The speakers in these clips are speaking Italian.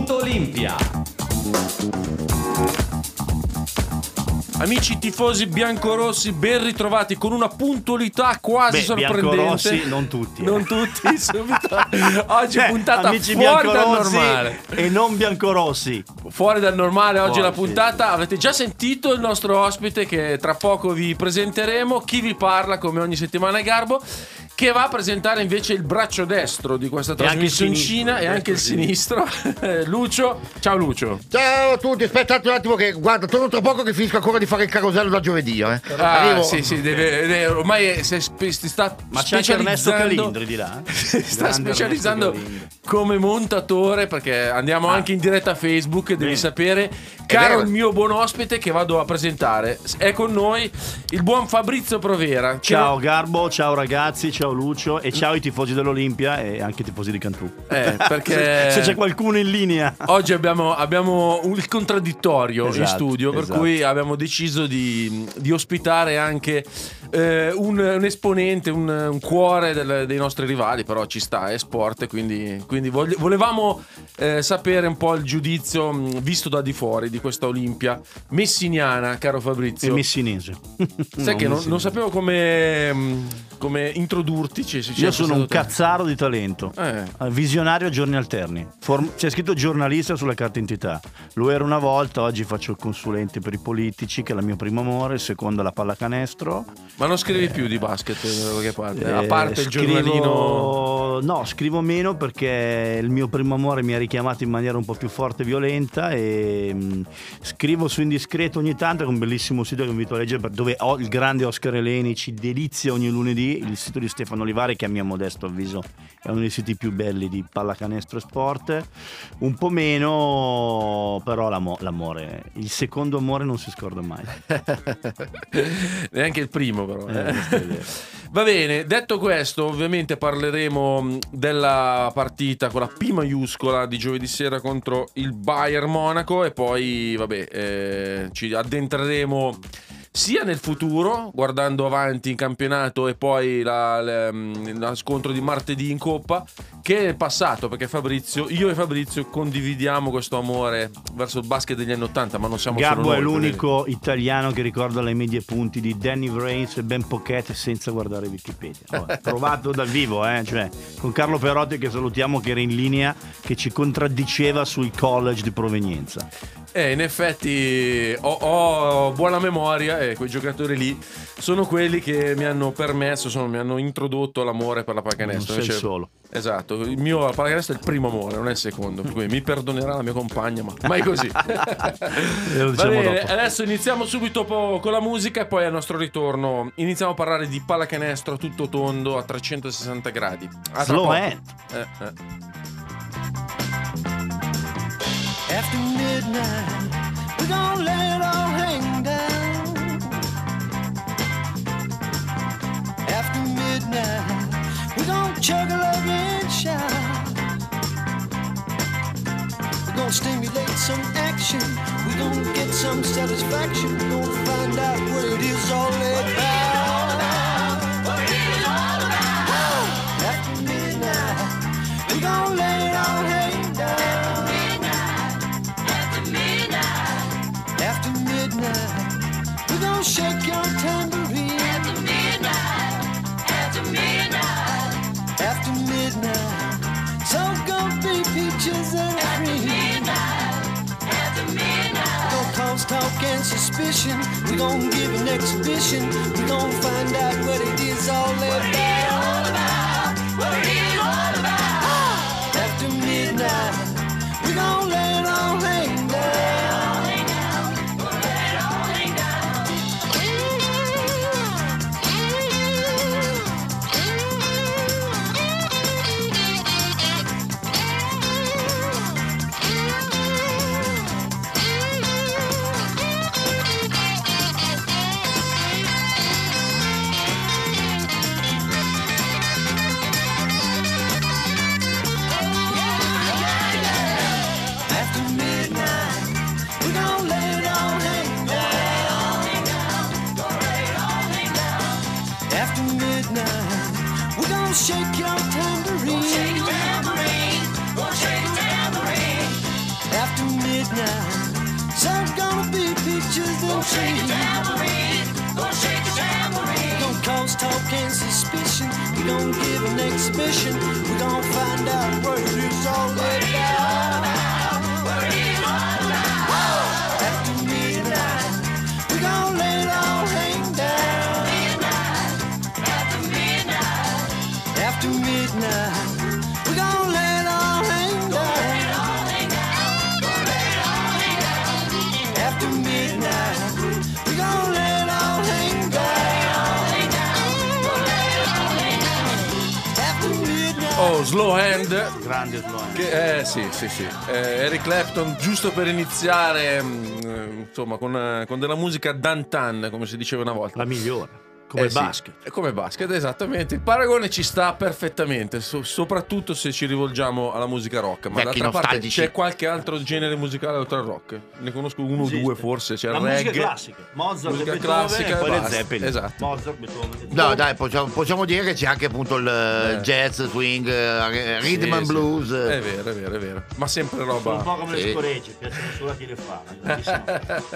Punto Olimpia. Amici tifosi biancorossi, ben ritrovati con una puntualità quasi sorprendente. Biancorossi, non tutti. Non tutti, subito. Oggi puntata amici fuori dal normale. E non biancorossi. Fuori dal normale oggi la Sì. puntata. Avete già sentito il nostro ospite che tra poco vi presenteremo. Chi vi parla come ogni settimana è Garbo, che va a presentare invece il braccio destro di questa trasmissioncina e anche il sinistro. Lucio. Ciao Lucio. Ciao a tutti, aspettate un attimo che guarda, torno tra poco che finisco ancora di fare il carosello da giovedì. Arrivo. Sì, ormai si sta Ma c'è anche Ernesto specializzando. Calindri di là. Si sta Grande specializzando Ernesto Calindri. come montatore, perché andiamo anche in diretta a Facebook e devi Bene. sapere, caro vero. il mio buon ospite che vado a presentare, è con noi il buon Fabrizio Provera. Ciao Garbo, ciao ragazzi, ciao Lucio e ciao i tifosi dell'Olimpia e anche i tifosi di Cantù. Perché Se c'è qualcuno in linea. oggi abbiamo il contraddittorio in Esatto, studio, per esatto. cui abbiamo deciso di ospitare anche un esponente, un cuore dei nostri rivali, però ci sta, è sport, quindi volevamo sapere un po' il giudizio visto da di fuori di questa Olimpia messiniana, caro E Fabrizio. messinese. Sai che non sapevo come introdurti. Io sono un cazzaro di talento, visionario a giorni alterni. C'è scritto giornalista sulla carta d'identità. Lo ero una volta, oggi faccio il consulente per i politici, che è il mio primo amore, il secondo è la pallacanestro. Ma non scrivi più di basket da qualche parte? A parte il Scrivo- giornalino. No, scrivo meno perché il mio primo amore mi ha richiamato in maniera un po' più forte e violenta e scrivo su Indiscreto ogni tanto, è un bellissimo sito che invito a leggere, dove ho il grande Oscar Eleni ci delizia ogni lunedì, il sito di Stefano Olivari, che a mio modesto avviso è uno dei siti più belli di pallacanestro e sport. Un po' meno, però l'amore, il secondo amore non si scorda mai. Neanche il primo, però. Va bene, detto questo, ovviamente parleremo della partita con la P maiuscola di giovedì sera contro il Bayern Monaco e poi, ci addentreremo sia nel futuro, guardando avanti in campionato e poi lo scontro di martedì in Coppa, che nel passato, perché io e Fabrizio condividiamo questo amore verso il basket degli anni '80, ma non siamo Gabbo solo è noi. l'unico italiano che ricorda le medie punti di Danny Vrains e Ben Pocket senza guardare Wikipedia. Provato dal vivo, cioè con Carlo Perotti, che salutiamo, che era in linea, che ci contraddiceva sui college di provenienza. In effetti ho buona memoria e quei giocatori lì sono quelli che mi hanno permesso, mi hanno introdotto l'amore per la pallacanestro. Non sei il solo. Esatto, il mio pallacanestro è il primo amore, non è il secondo, per cui mi perdonerà la mia compagna, ma mai così. Lo Va diciamo bene, dopo. adesso iniziamo subito con la musica e poi al nostro ritorno iniziamo a parlare di pallacanestro a tutto tondo a 360 gradi. A tra Slow poco. hand. After midnight, we're gonna let it all hang down. After midnight, we're gonna chug a love and shout. We're gonna stimulate some action. We're gonna get some satisfaction. We're gonna find out what it is all about. What it is all about. After midnight, we're gonna let it all hang down. After midnight, we're gonna shake your tambourine. After midnight, after midnight, after midnight, so gonna be peaches and cream. After midnight, we're gonna cause talk and suspicion. We're gonna give an exhibition. We're gonna find out what it is all about. What it is all about. After midnight, we're gonna let it all hang down. Shake your tambourine. Shake your tambourine. Shake your tambourine. After midnight, sun's gonna be peaches and cream. Gonna shake your tambourine. We're gonna cause talk and suspicion. We're gonna give an exhibition. We're gonna find out what it is all about. After midnight, we're gonna let it all hang down. After midnight, we're gonna let it all hang down. After midnight, we're gonna let it all hang down. After midnight. Oh, Slow Hand. Grande Sloan. Sì. Eric Clapton, giusto per iniziare, insomma, con della musica d'antan, come si diceva una volta. La migliore. Come il Sì, basket. è come il basket, esattamente. Il paragone ci sta perfettamente, soprattutto se ci rivolgiamo alla musica rock. Ma Vecchi d'altra parte nostalgici. c'è qualche altro genere musicale oltre al rock? Ne conosco uno o Esiste. due forse, c'è La il musica reggae. classica. Mozart, Musica Beethoven classica e poi e le basta. Zeppelin. Esatto. Mozart, Beethoven. No, dai, possiamo dire che c'è anche appunto il jazz, swing, rhythm and Sì. blues. È vero. Ma sempre Sono un po' roba. come Sì. le scoregge, piacciono solo a chi le fa. Grandissimo.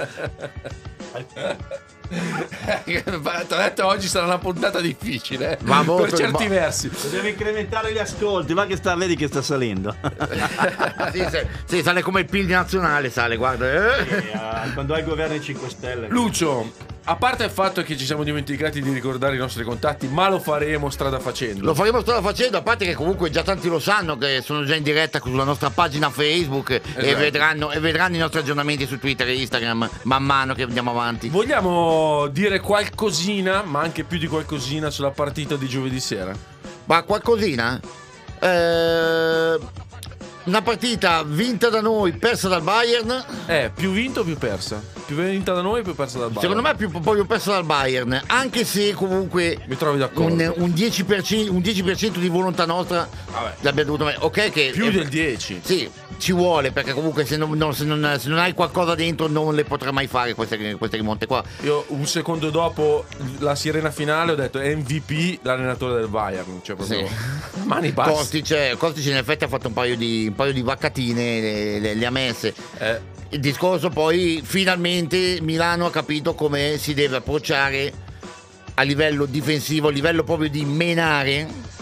Ti ho detto oggi sarà una puntata difficile, Ma molto- per certi ma- versi. Dobbiamo incrementare gli ascolti, va che sta, vedi che sta salendo. Sì, sale come il PIL nazionale, sale, guarda. Quando hai il governo ai 5 Stelle. Lucio, a parte il fatto che ci siamo dimenticati di ricordare i nostri contatti, ma lo faremo strada facendo. Lo faremo strada facendo, a parte che comunque già tanti lo sanno che sono già in diretta sulla nostra pagina Facebook e Esatto. vedranno i nostri aggiornamenti su Twitter e Instagram man mano che andiamo avanti. Vogliamo dire qualcosina, ma anche più di qualcosina, sulla partita di giovedì sera? Ma qualcosina? Una partita vinta da noi, persa dal Bayern. Più vinta o più persa? Più vinta da noi o più persa dal Bayern? Secondo me proprio persa dal Bayern, anche se comunque Mi trovi d'accordo? un 10% di volontà nostra Vabbè. l'abbiamo dovuto mettere. Ok che Più del 10. Sì, ci vuole, perché comunque se non hai qualcosa dentro non le potrai mai fare queste rimonte qua. Io un secondo dopo la sirena finale ho detto MVP l'allenatore del Bayern, cioè proprio Sì. mani basse. Kostic in effetti ha fatto un paio di vaccatine, le ha messe. Il discorso poi finalmente Milano ha capito come si deve approcciare a livello difensivo, a livello proprio di menare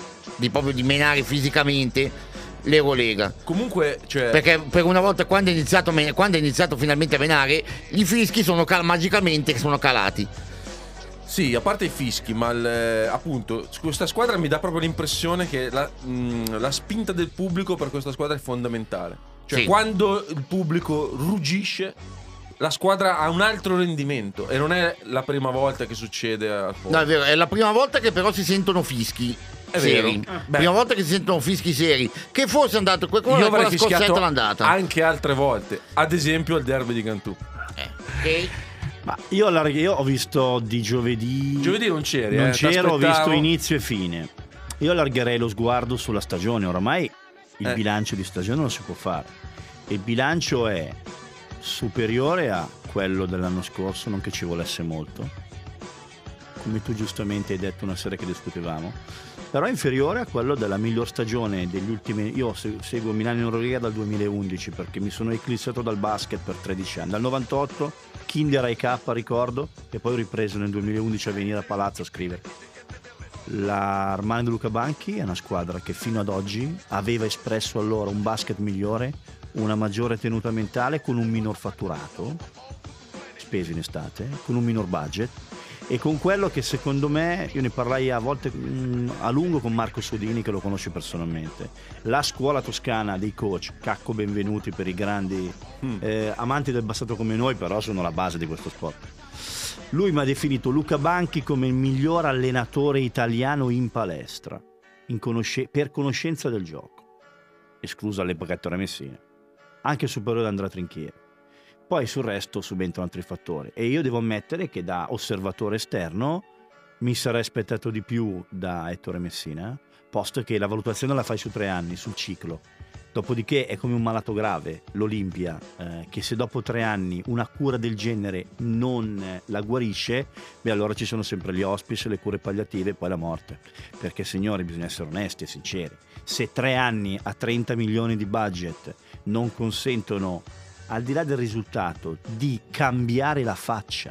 fisicamente l'Eurolega. Comunque, cioè, Perché per una volta quando è iniziato finalmente a menare, i fischi magicamente sono calati. sì, a parte i fischi, ma appunto questa squadra mi dà proprio l'impressione che la spinta del pubblico per questa squadra è fondamentale. Cioè, Sì. quando il pubblico ruggisce, la squadra ha un altro rendimento e non è la prima volta che succede a No, è vero, è la prima volta che però si sentono fischi È seri. vero. Beh. Prima volta che si sentono fischi seri. Che forse è andato Io quella avrei scorsetta fischiato l'è andata. anche altre volte, ad esempio al derby di Cantù. Ok? Ma io ho visto di giovedì. Giovedì non c'eri, Non c'ero, ho visto t'aspettavo. inizio e fine. Io allargherei lo sguardo sulla stagione. Oramai il bilancio di stagione non si può fare. Il bilancio è superiore a quello dell'anno scorso, non che ci volesse molto, come tu giustamente hai detto una sera che discutevamo, però è inferiore a quello della miglior stagione degli ultimi. Io seguo Milano in Euroliga dal 2011 perché mi sono eclissato dal basket per 13 anni, dal 98 Kinder Rai K, ricordo, e poi ho ripreso nel 2011 a venire a Palazzo a scrivere. La Armani di Luca Banchi è una squadra che fino ad oggi aveva espresso allora un basket migliore, una maggiore tenuta mentale, con un minor fatturato speso in estate, con un minor budget e con quello che secondo me, io ne parlai a volte a lungo con Marco Sodini che lo conosce personalmente, la scuola toscana dei coach, cacco benvenuti per i grandi amanti del basket come noi, però sono la base di questo sport. Lui mi ha definito Luca Banchi come il miglior allenatore italiano in palestra, per conoscenza del gioco, escluso all'epoca Ettore Messina, anche superiore ad Andrea Trinchieri. Poi sul resto subentrano altri fattori e io devo ammettere che da osservatore esterno mi sarei aspettato di più da Ettore Messina, posto che la valutazione la fai su 3 anni, sul ciclo. Dopodiché è come un malato grave, l'Olimpia, che se dopo 3 anni una cura del genere non la guarisce, beh, allora ci sono sempre gli hospice, le cure palliative e poi la morte. Perché, signori, bisogna essere onesti e sinceri. Se 3 anni a 30 milioni di budget non consentono, al di là del risultato, di cambiare la faccia,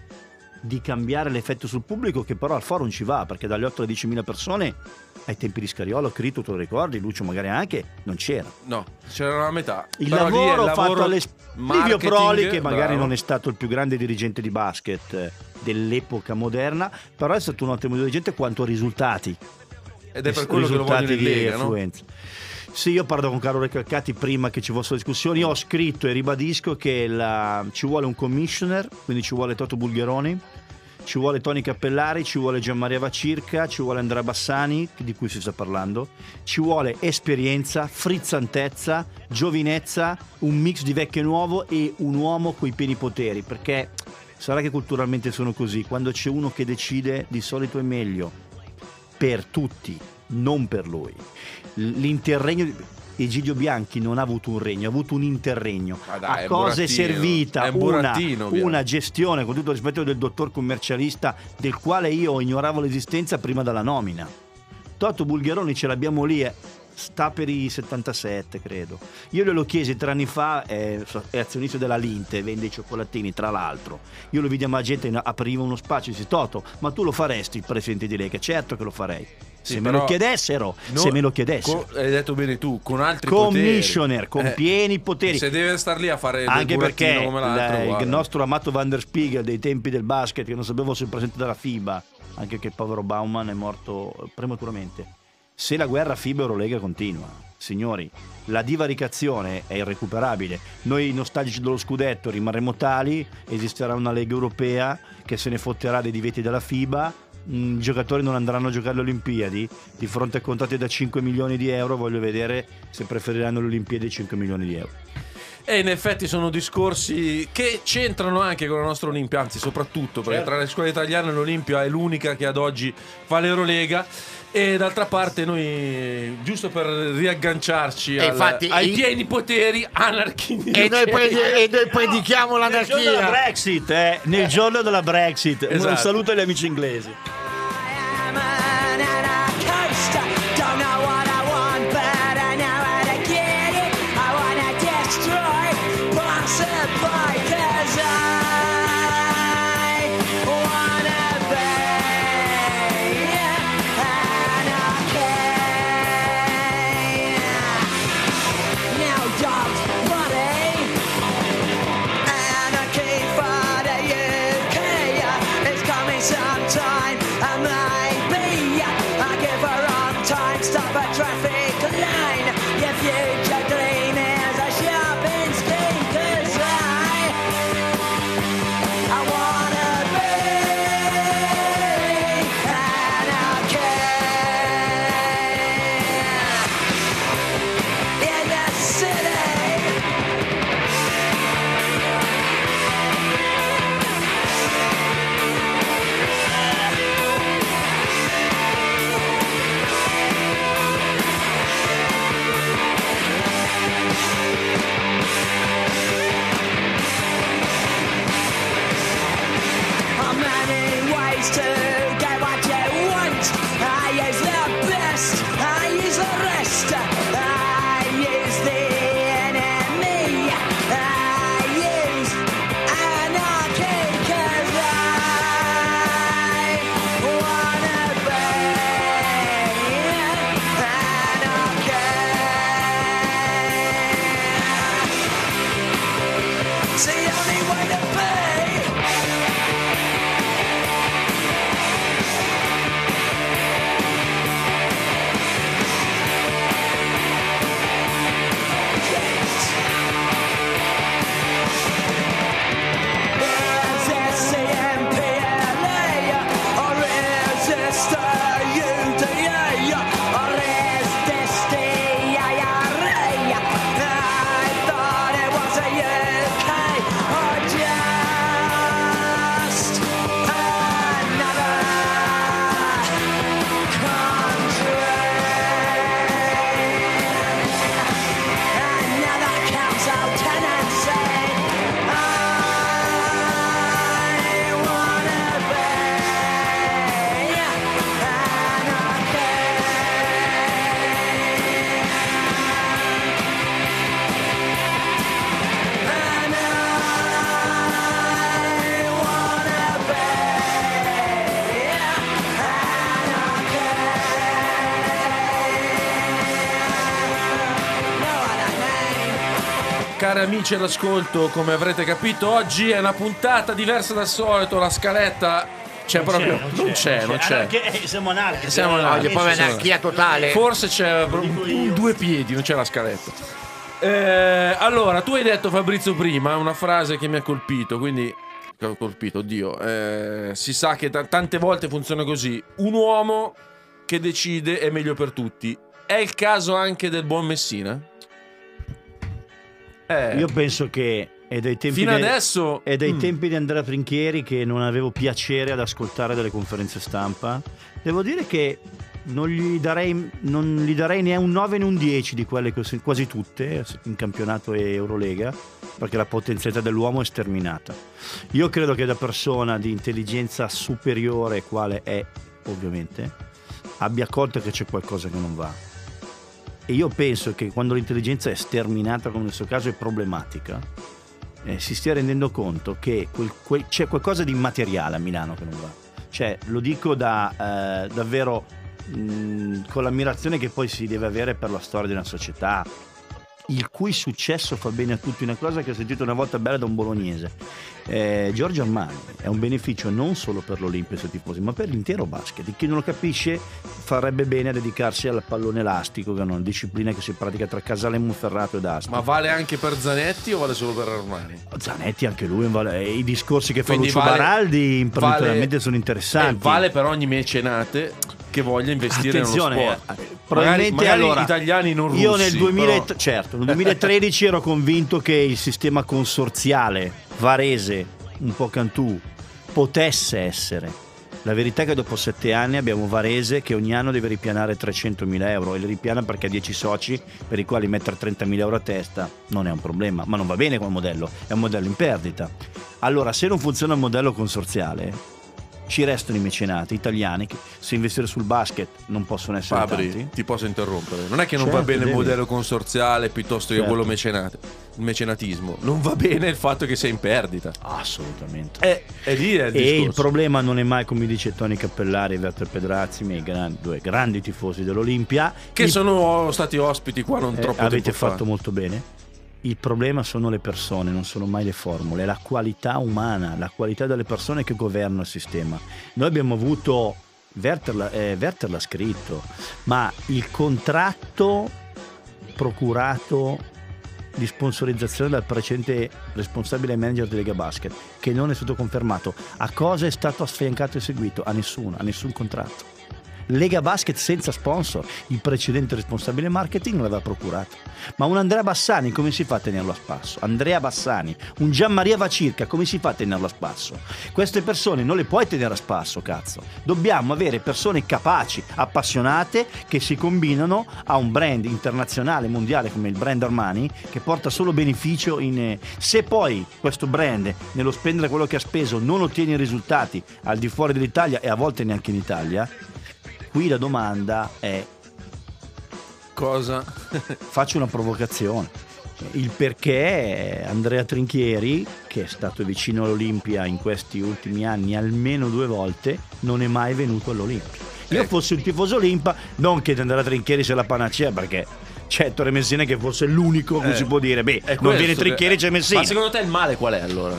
di cambiare l'effetto sul pubblico, che però al forum ci va, perché dalle 8 alle 10.000 persone ai tempi di Scariolo, Crito, te lo ricordi, Lucio magari anche, non c'era. No, c'era la metà. Il Però lavoro fatto alle Livio Proli, che magari bravo, non è stato il più grande dirigente di basket dell'epoca moderna, però è stato un ottimo dirigente quanto a risultati. Ed è per quello che lo vogliono in Lega, no? Sì, io parlo con Carlo Recalcati prima che ci fossero discussioni. Io ho scritto e ribadisco che ci vuole un commissioner, quindi ci vuole Toto Bulgheroni, ci vuole Toni Cappellari, ci vuole Gianmaria Vacirca, ci vuole Andrea Bassani, di cui si sta parlando, ci vuole esperienza, frizzantezza, giovinezza, un mix di vecchio e nuovo e un uomo coi pieni poteri, perché sarà che culturalmente sono così, quando c'è uno che decide di solito è meglio per tutti, non per lui. L'interregno Egidio Bianchi non ha avuto un regno, ha avuto un interregno. Dai, a cosa è servita una gestione, con tutto il rispetto del dottor commercialista, del quale io ignoravo l'esistenza prima della nomina. Toto Bulgheroni ce l'abbiamo lì, sta per i 77 credo. Io glielo chiesi 3 anni fa, è azionista della Linte, vende i cioccolatini tra l'altro. Io lo vidi a Magenta, apriva uno spazio e disse: Toto, ma tu lo faresti il presidente di Lega? Certo che lo farei. Se me lo chiedessero, hai detto bene tu, con altri commissioner, poteri, con pieni poteri. Se deve star lì a fare anche perché come l'altro, il nostro amato Van der Spiegel dei tempi del basket, che non sapevo se presidente della FIBA, anche che il povero Bauman è morto prematuramente. Se la guerra FIBA-Eurolega continua, signori, la divaricazione è irrecuperabile. Noi nostalgici dello scudetto rimarremo tali, esisterà una Lega Europea che se ne fotterà dei divieti della FIBA. I giocatori non andranno a giocare alle Olimpiadi di fronte a contratti da 5 milioni di euro. Voglio vedere se preferiranno le Olimpiadi 5 milioni di euro. E in effetti sono discorsi che c'entrano anche con la nostra Olimpia, anzi soprattutto perché tra le scuole italiane l'Olimpia è l'unica che ad oggi fa l'Eurolega. E d'altra parte noi, giusto per riagganciarci ai pieni poteri, anarchi, e noi predichiamo l'anarchia nel giorno della Brexit. Esatto. Un saluto agli amici inglesi. cari amici all'ascolto, come avrete capito, oggi è una puntata diversa dal solito. La scaletta non c'è. Siamo anarchici. Siamo Oggi poi è anarchia totale. Forse c'è due piedi, non c'è la scaletta. Allora, tu hai detto, Fabrizio, prima una frase che mi ha colpito, quindi si sa che tante volte funziona così: un uomo che decide è meglio per tutti. È il caso anche del buon Messina? Io penso che è dai tempi fino adesso è dai tempi di Andrea Trinchieri che non avevo piacere ad ascoltare delle conferenze stampa. Devo dire che non gli darei né un 9 né un 10 di quelle quasi tutte in campionato e Eurolega, perché la potenzialità dell'uomo è sterminata. Io credo che da persona di intelligenza superiore, quale è ovviamente, abbia colto che c'è qualcosa che non va. E io penso che quando l'intelligenza è sterminata, come nel suo caso, è problematica, si stia rendendo conto che c'è qualcosa di immateriale a Milano che non va. Cioè, lo dico davvero con l'ammirazione che poi si deve avere per la storia di una società, il cui successo fa bene a tutti. Una cosa che ho sentito una volta bella da un bolognese: Giorgio Armani è un beneficio non solo per l'Olimpia e i suoi tifosi, ma per l'intero basket. Chi non lo capisce farebbe bene a dedicarsi al pallone elastico, che è una disciplina che si pratica tra Casalemmo, Ferrato ed Asti. Ma vale anche per Zanetti o vale solo per Armani? Zanetti anche lui i discorsi che fa Quindi Lucio Baraldi imprenditorialmente sono interessanti. Vale per ogni mecenate che voglia investire nello sport. Probabilmente magari allora, italiani non russi. Io nel 2013 ero convinto che il sistema consorziale Varese, un po' Cantù, potesse essere. La verità è che dopo 7 anni abbiamo Varese che ogni anno deve ripianare 300.000 euro, e li ripiana perché ha 10 soci per i quali mettere 30.000 euro a testa non è un problema, ma non va bene come modello, è un modello in perdita. Allora, se non funziona il modello consorziale, ci restano i mecenati italiani che, se investire sul basket, non possono essere Fabri, tanti. ti posso interrompere? Non è che non va bene il modello consorziale piuttosto che quello mecenate. Il mecenatismo. Non va bene il fatto che sia in perdita. Assolutamente. È lì è il e discorso. Il problema non è mai, come dice Tony Cappellari e Walter Pedrazzi, i miei due grandi tifosi dell'Olimpia, che sono stati ospiti qua non troppo tempo avete fa. fatto molto bene. Il problema sono le persone, non sono mai le formule, è la qualità umana, la qualità delle persone che governano il sistema. Noi abbiamo avuto, Werther l'ha scritto, ma il contratto procurato di sponsorizzazione dal precedente responsabile manager di Lega Basket, che non è stato confermato, a cosa è stato affiancato e seguito? A nessun contratto. Lega Basket senza sponsor, il precedente responsabile marketing l'aveva procurato. Ma un Andrea Bassani come si fa a tenerlo a spasso? Andrea Bassani, un Gianmaria Vacirca come si fa a tenerlo a spasso? Queste persone non le puoi tenere a spasso, cazzo. Dobbiamo avere persone capaci, appassionate, che si combinano a un brand internazionale, mondiale come il brand Armani, che porta solo beneficio se poi questo brand, nello spendere quello che ha speso, non ottiene i risultati al di fuori dell'Italia e a volte neanche in Italia. Qui la domanda è: cosa? Faccio una provocazione. Il perché Andrea Trinchieri, che è stato vicino all'Olimpia in questi ultimi anni almeno 2 volte, non è mai venuto all'Olimpia. Io fossi un tifoso Olimpa, non che Andrea Trinchieri sia la panacea, perché c'è Ettore Messina che forse è l'unico che si può dire non viene Trinchieri, c'è Messina. Ma secondo te il male qual è allora?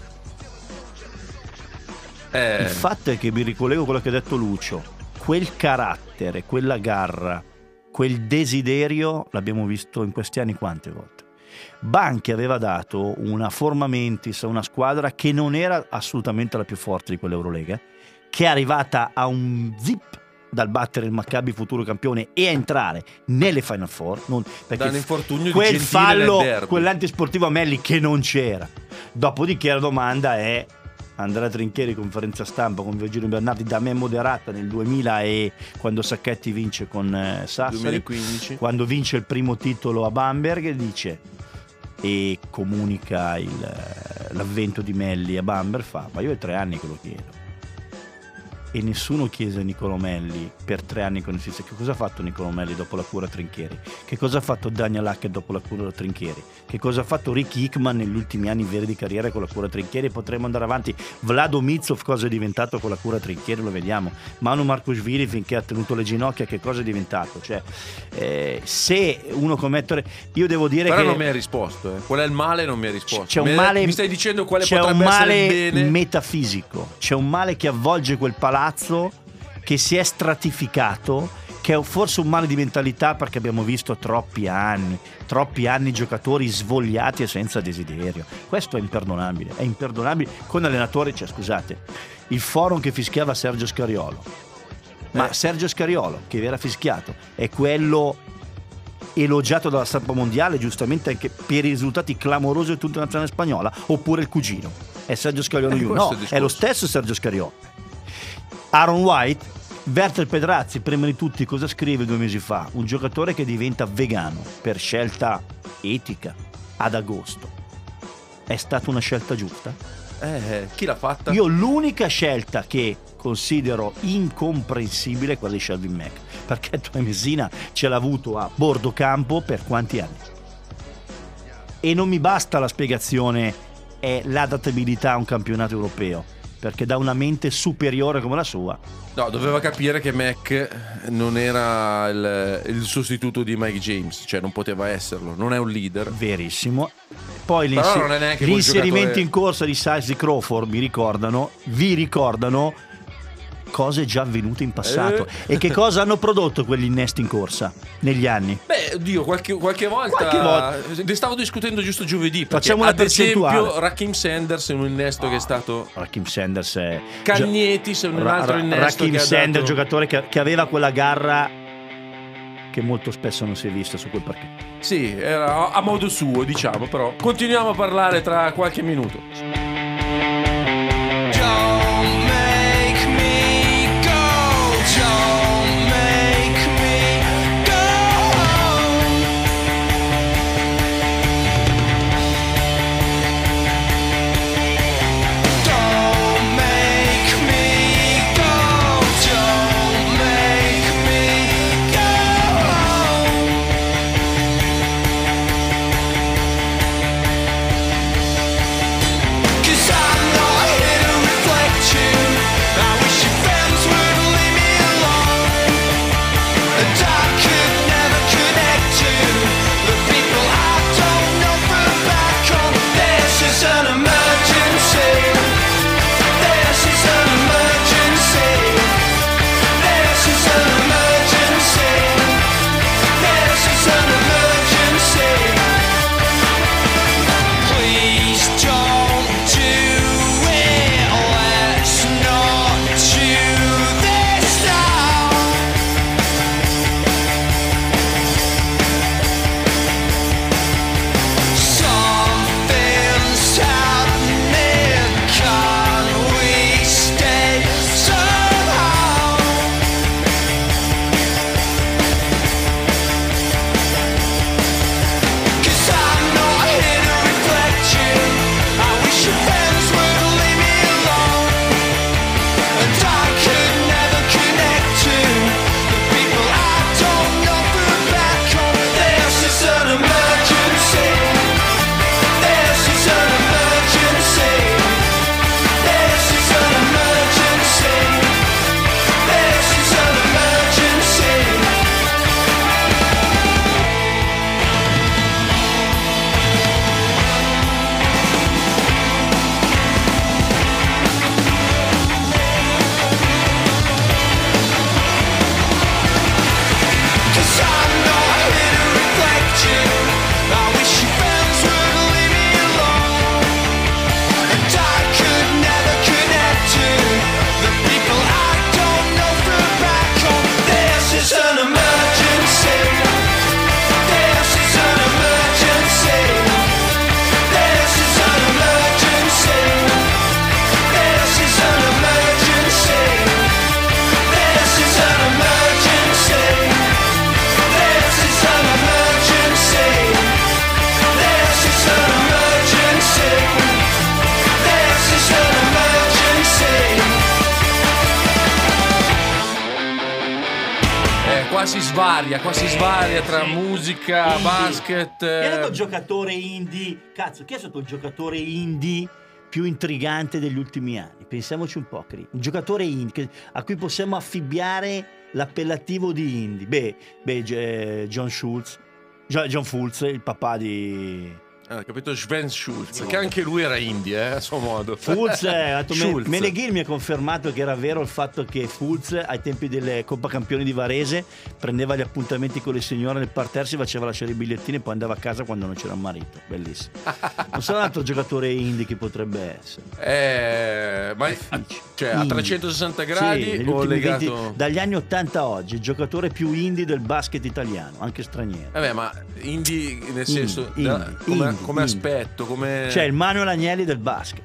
Il fatto è che mi ricollego a quello che ha detto Lucio. Quel carattere, quella garra, quel desiderio l'abbiamo visto in questi anni quante volte. Banchi aveva dato una forma mentis a una squadra che non era assolutamente la più forte di quell'Eurolega, che è arrivata a un zip dal battere il Maccabi futuro campione e a entrare nelle Final Four, perché dall'infortunio quel di Gentile fallo, nel derby, quell'antisportivo a Melli che non c'era. Dopodiché la domanda è: Andrea Trinchieri, conferenza stampa con Virgilio Bernardi, da me moderata nel 2000, e quando Sacchetti vince con Sassari, 2015, quando vince il primo titolo a Bamberg, dice e comunica l'avvento di Melli a Bamberg, ma io è 3 anni che lo chiedo. e nessuno chiese a Niccolò Melli per 3 anni con il Svizzera che cosa ha fatto Niccolò Melli dopo la cura Trinchieri, che cosa ha fatto Daniel Hackett dopo la cura Trinchieri, che cosa ha fatto Ricky Hickman negli ultimi anni veri di carriera con la cura Trinchieri. Potremmo andare avanti. Vlado Mitsov cosa è diventato con la cura Trinchieri, lo vediamo. Manu Marcushvili finché ha tenuto le ginocchia che cosa è diventato, cioè se uno commettere, io devo dire però che non mi hai risposto, qual è il male? Non mi hai risposto. C'è un male, mi stai dicendo quale c'è potrebbe un male essere il bene? metafisico, c'è un male che avvolge quel palazzo, che si è stratificato, che è forse un male di mentalità, perché abbiamo visto troppi anni giocatori svogliati e senza desiderio. Questo è imperdonabile con allenatori, cioè scusate, il forum che fischiava Sergio Scariolo, ma Sergio Scariolo che era fischiato è quello elogiato dalla stampa mondiale giustamente anche per i risultati clamorosi di tutta la nazionale spagnola, oppure il cugino è Sergio Scariolo no, è lo stesso Sergio Scariolo. Aaron White, Werder Pedrazzi, prima di tutti cosa scrive 2 mesi fa? Un giocatore che diventa vegano per scelta etica ad agosto. È stata una scelta giusta? Chi l'ha fatta? Io l'unica scelta che considero incomprensibile è quella di Shelvin Mack, perché Troy Messina ce l'ha avuto a bordo campo per quanti anni? E non mi basta la spiegazione è l'adattabilità a un campionato europeo, perché da una mente superiore come la sua. No, doveva capire che Mac non era il sostituto di Mike James, cioè non poteva esserlo, non è un leader. Verissimo. Poi gli inserimenti giocatore... in corsa di Size di Crawford vi ricordano cose già avvenute in passato. E che cosa hanno prodotto quegli innesti in corsa negli anni? Beh, oddio, qualche volta ne stavo discutendo giusto giovedì. Facciamo una percentuale. Ad esempio Raheem Sanders è un innesto che è stato Raheem Sanders è Cagnetti, se un altro innesto Raheem Sanders, dato... giocatore che aveva quella garra che molto spesso non si è vista su quel parquet. Sì, era a modo suo, diciamo, però continuiamo a parlare tra qualche minuto. Qua si svaria tra musica, indie. basket. Chi è stato il giocatore indie? Cazzo, chi è stato il giocatore indie più intrigante degli ultimi anni? Pensiamoci un po', un giocatore indie a cui possiamo affibbiare l'appellativo di indie. John Schultz, John Fultz, il papà di... capito? Sven Schultz, che anche lui era indie, a suo modo. Fultz, Meneghil mi ha confermato che era vero il fatto che Fultz ai tempi delle Coppa Campioni di Varese prendeva gli appuntamenti con le signore nel parterre, si faceva lasciare i bigliettini e poi andava a casa quando non c'era un marito. Bellissimo. Non so un altro giocatore indie che potrebbe essere. Ma cioè a 360 gradi sì, o legato dagli anni 80 a oggi, il giocatore più indie del basket italiano, anche straniero. Ma indie nel senso come aspetto, come... Cioè il Manuel Agnelli del basket,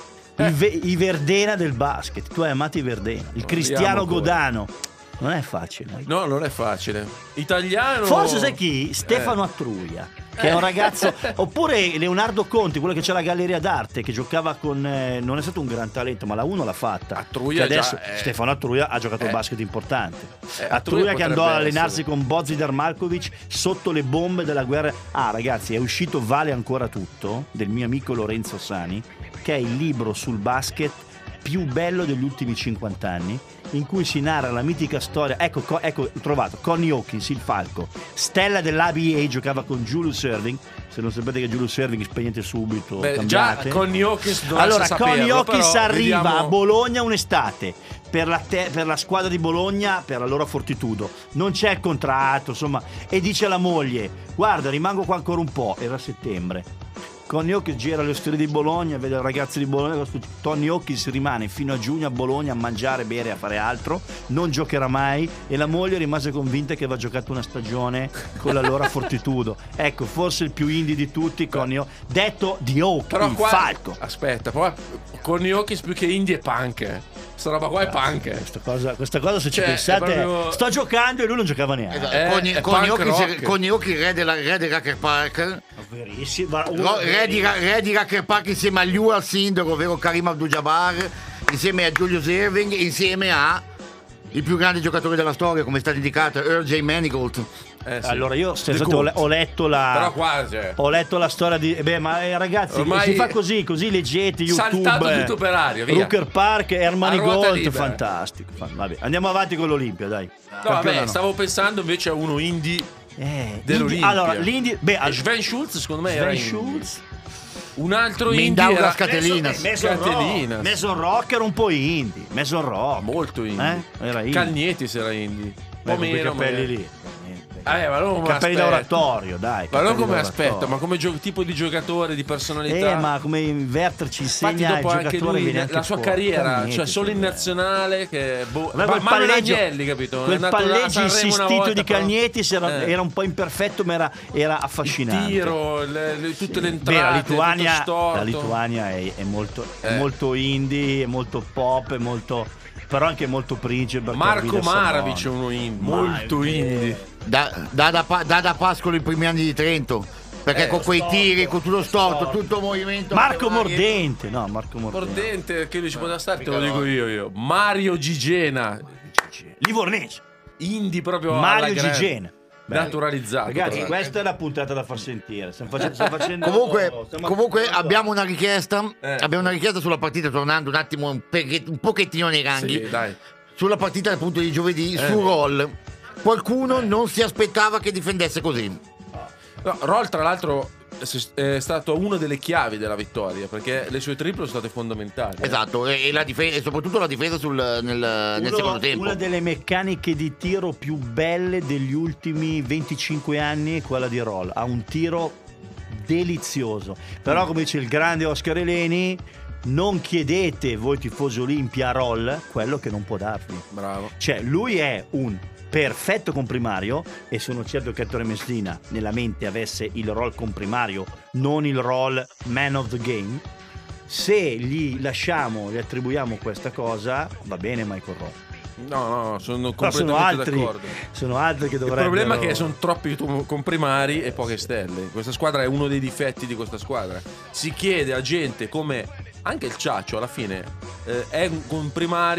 i Verdena del basket. Tu hai amato i Verdena, il Cristiano Godano. Non è facile. No, non è facile. Italiano. Forse sai chi? Stefano Attruglia, che è un ragazzo. Oppure Leonardo Conti, quello che c'è la galleria d'arte, che giocava con. Non è stato un gran talento, ma la 1 l'ha fatta. Attruglia adesso Stefano Attruglia ha giocato un basket importante. Attruglia che andò ad allenarsi con Bozidar Malkovic sotto le bombe della guerra. Ragazzi, è uscito Vale ancora tutto, del mio amico Lorenzo Sani, che è il libro sul basket più bello degli ultimi 50 anni, in cui si narra la mitica storia. Ecco, trovato Connie Hawkins, il falco, stella dell'ABA, giocava con Julius Erving. Se non sapete che Julius Erving, spegnete subito. Già Connie Hawkins allora saperlo, Connie Hawkins arriva vediamo... a Bologna un'estate per la squadra di Bologna, per la loro Fortitudo, non c'è il contratto, insomma, e dice alla moglie: guarda, rimango qua ancora un po'. Era settembre. Connie Hawkins gira le osterie di Bologna, vede i ragazzi di Bologna. Tony Hawkins rimane fino a giugno a Bologna a mangiare, bere, a fare altro, non giocherà mai, e la moglie rimase convinta che aveva giocato una stagione con la loro Fortitudo. Ecco, forse il più indie di tutti, Connie Hawkins, detto di Hawkins, il falco. Aspetta, poi Connie Hawkins più che indie è punk. Questa roba qua è punk. Questa cosa se ci pensate, proprio... sto giocando e lui non giocava neanche. Connie Hawkins, re del Racker Park. Verissimo. Re di Racker Park insieme a Liu Al-Sindaco, ovvero Karim Abdul-Jabbar, insieme a Julius Erving, insieme a il più grande giocatore della storia, come è stato indicato, Earl J. Manigault. Sì. Allora io ho letto la però quasi ho letto la storia di ragazzi, ormai si fa così leggete YouTube, saltato tutto per aria, via. Rooker Park, Hermani Gold, fantastico. Vabbè, andiamo avanti con l'Olimpia, dai. Stavo pensando invece a uno indie dell'Olimpia. Allora l'indie, Sven Schultz secondo me era Schultz. Un altro indie era Mason Rock era un po' indie. Mason Rock molto indie. Era indie. Calnietis era indie. Un po' meno, capelli lì. Ma non come capelli d'oratorio, dai. Ma non come aspetta, ma come tipo di giocatore, di personalità. Ma come inverterci insegna dopo il giocatore, anche lui la sua carriera, cioè solo in nazionale che Manuel Agnelli, capito? Quel palleggio insistito di Calnietis era un po' imperfetto, ma era affascinante. Il tiro, tutte le entrate, la Lituania è molto indie, è molto pop, è molto, però anche molto principe. Marco Maravic è uno indie, molto indie. Da Pascolo i primi anni di Trento, perché con quei tiri, con tutto storto, tutto il movimento. Marco Mordente, che lui ci poteva stare, te lo dico io. Mario Gigena, Livornese, indie proprio. Mario Gigena, naturalizzato. Ragazzi, questa è la puntata da far sentire. Stiamo facendo comunque abbiamo una richiesta. Abbiamo una richiesta sulla partita, tornando un attimo un pochettino nei ranghi. Sì, dai. Sulla partita appunto di giovedì, su Roll. Qualcuno non si aspettava che difendesse così. No, Roll tra l'altro è stato una delle chiavi della vittoria, perché le sue triple sono state fondamentali. Esatto, e soprattutto la difesa nel secondo tempo. Una delle meccaniche di tiro più belle degli ultimi 25 anni è quella di Roll. Ha un tiro delizioso, però come dice il grande Oscar Eleni, non chiedete voi tifosi Olimpia a Roll quello che non può darvi. Bravo. Cioè lui è un perfetto comprimario, e sono certo che Ettore Messina nella mente avesse il Roll comprimario, non il Roll man of the game. Se gli attribuiamo questa cosa, va bene Michael Roll. No, sono completamente d'accordo. Sono altri che dovrebbero. Il problema è che sono troppi comprimari e poche stelle. Questa squadra è uno dei difetti di questa squadra. Si chiede a gente come anche il Ciaccio alla fine è un comprimario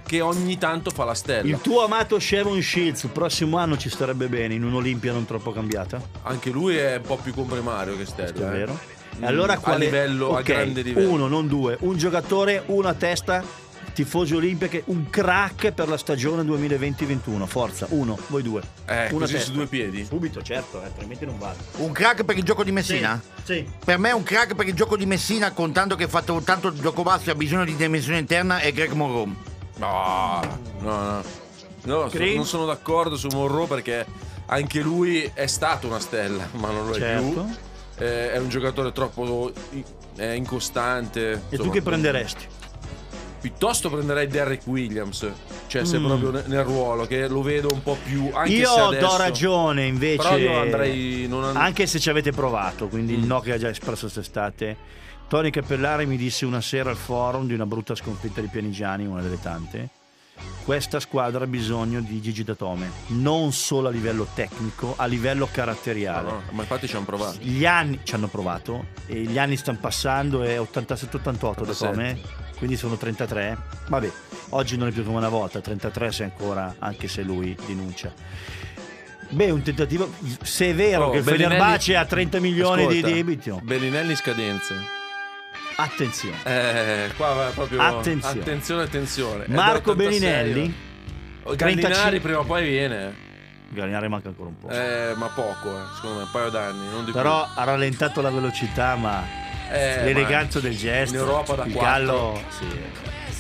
che ogni tanto fa la stella. Il tuo amato Shavon Shields il prossimo anno ci starebbe bene in un'Olimpia non troppo cambiata. Anche lui è un po' più comprimario che Stella. Questo è vero. E allora a livello, a grande livello. Uno, non due. Un giocatore, uno a testa, tifosi Olimpia, che un crack per la stagione 2020-21. Forza, uno, voi due. Una così testa. su due piedi. Subito, certo, altrimenti non vale. Un crack per il gioco di Messina? Sì. Per me un crack per il gioco di Messina, contando che ha fatto tanto gioco basso e ha bisogno di dimensione interna, è Greg Monroe. No, non sono d'accordo su Monroe, perché anche lui è stato una stella, ma non lo è più. È un giocatore troppo incostante. E tu che prenderesti? Piuttosto prenderei Derrick Williams, cioè se proprio nel ruolo, che lo vedo un po' più. Anche io se adesso, do ragione invece. Però io andrei. Anche se ci avete provato, quindi il no che ha già espresso quest'estate. Tony Cappellari mi disse una sera al forum di una brutta sconfitta di Pianigiani, una delle tante. Questa squadra ha bisogno di Gigi Datome, non solo a livello tecnico, a livello caratteriale. No, ma infatti ci hanno provato. Gli anni ci hanno provato e gli anni stanno passando, è 87-88 Datome, quindi sono 33. Vabbè, oggi non è più come una volta, 33 se ancora, anche se lui denuncia. Beh, un tentativo, se è vero che il Fenerbahce ha 30 milioni di debito. Bellinelli scadenze. Attenzione. Qua va proprio attenzione. Marco Bellinelli, Gallinari prima o poi viene. Gallinari manca ancora un po'. Ma poco, secondo me, un paio d'anni, non di però più. ha rallentato la velocità, ma l'eleganza del gesto. In Europa da il 4. Gallo, sì.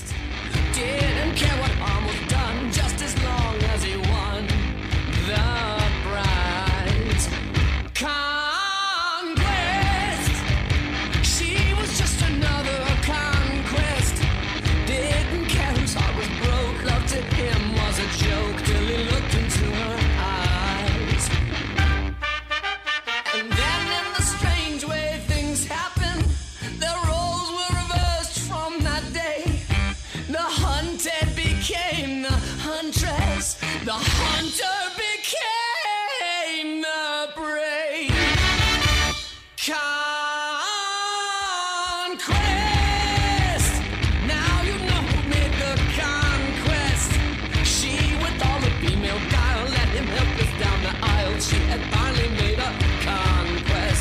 The hunter became the prey. Conquest. Now you know who made the conquest. She with all the female guile, let him help us down the aisle. She had finally made a conquest.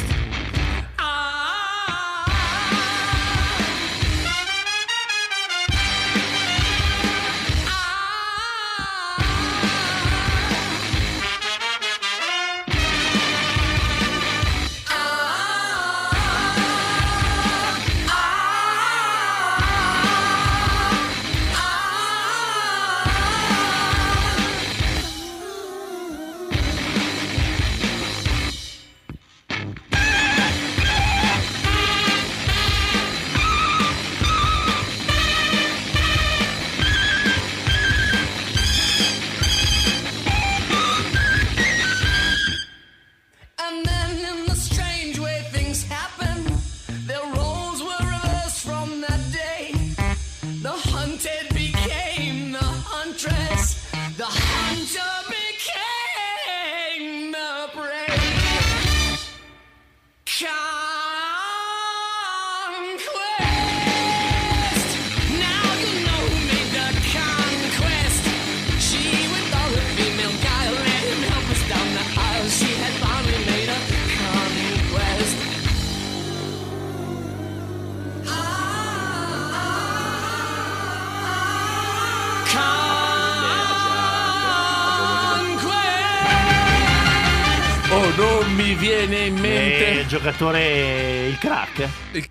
Non mi viene in mente il giocatore, il crack. Il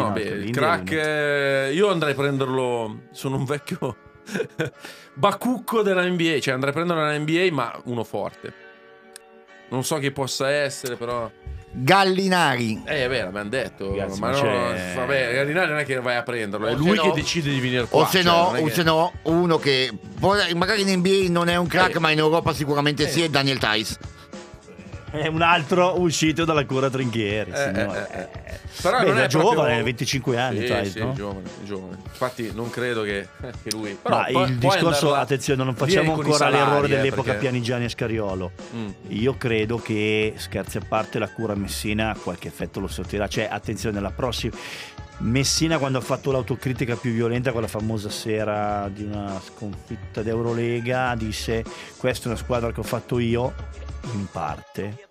crack, io andrei a prenderlo. Sono un vecchio bacucco della NBA, cioè andrei a prenderlo nella NBA, ma uno forte. Non so chi possa essere, però. Gallinari. Vabbè, l'abbiamo detto. Ragazzi, ma no, vabbè, Gallinari non è che vai a prenderlo, è lui che decide di venire qua. O se no, uno che magari in NBA non è un crack, ma in Europa sicuramente sì, è Daniel Theis. È un altro uscito dalla cura Trinchieri. Però non è giovane, proprio... 25 anni. Sì, no? giovane. Infatti non credo che lui. Però ma il discorso, andarla... attenzione, non facciamo ancora l'errore dell'epoca perché... Pianigiani e Scariolo. Io credo che, scherzi a parte, la cura Messina qualche effetto lo sortirà. Cioè, attenzione, la prossima. Messina, quando ha fatto l'autocritica più violenta, quella famosa sera di una sconfitta d'Eurolega, disse: questa è una squadra che ho fatto io in parte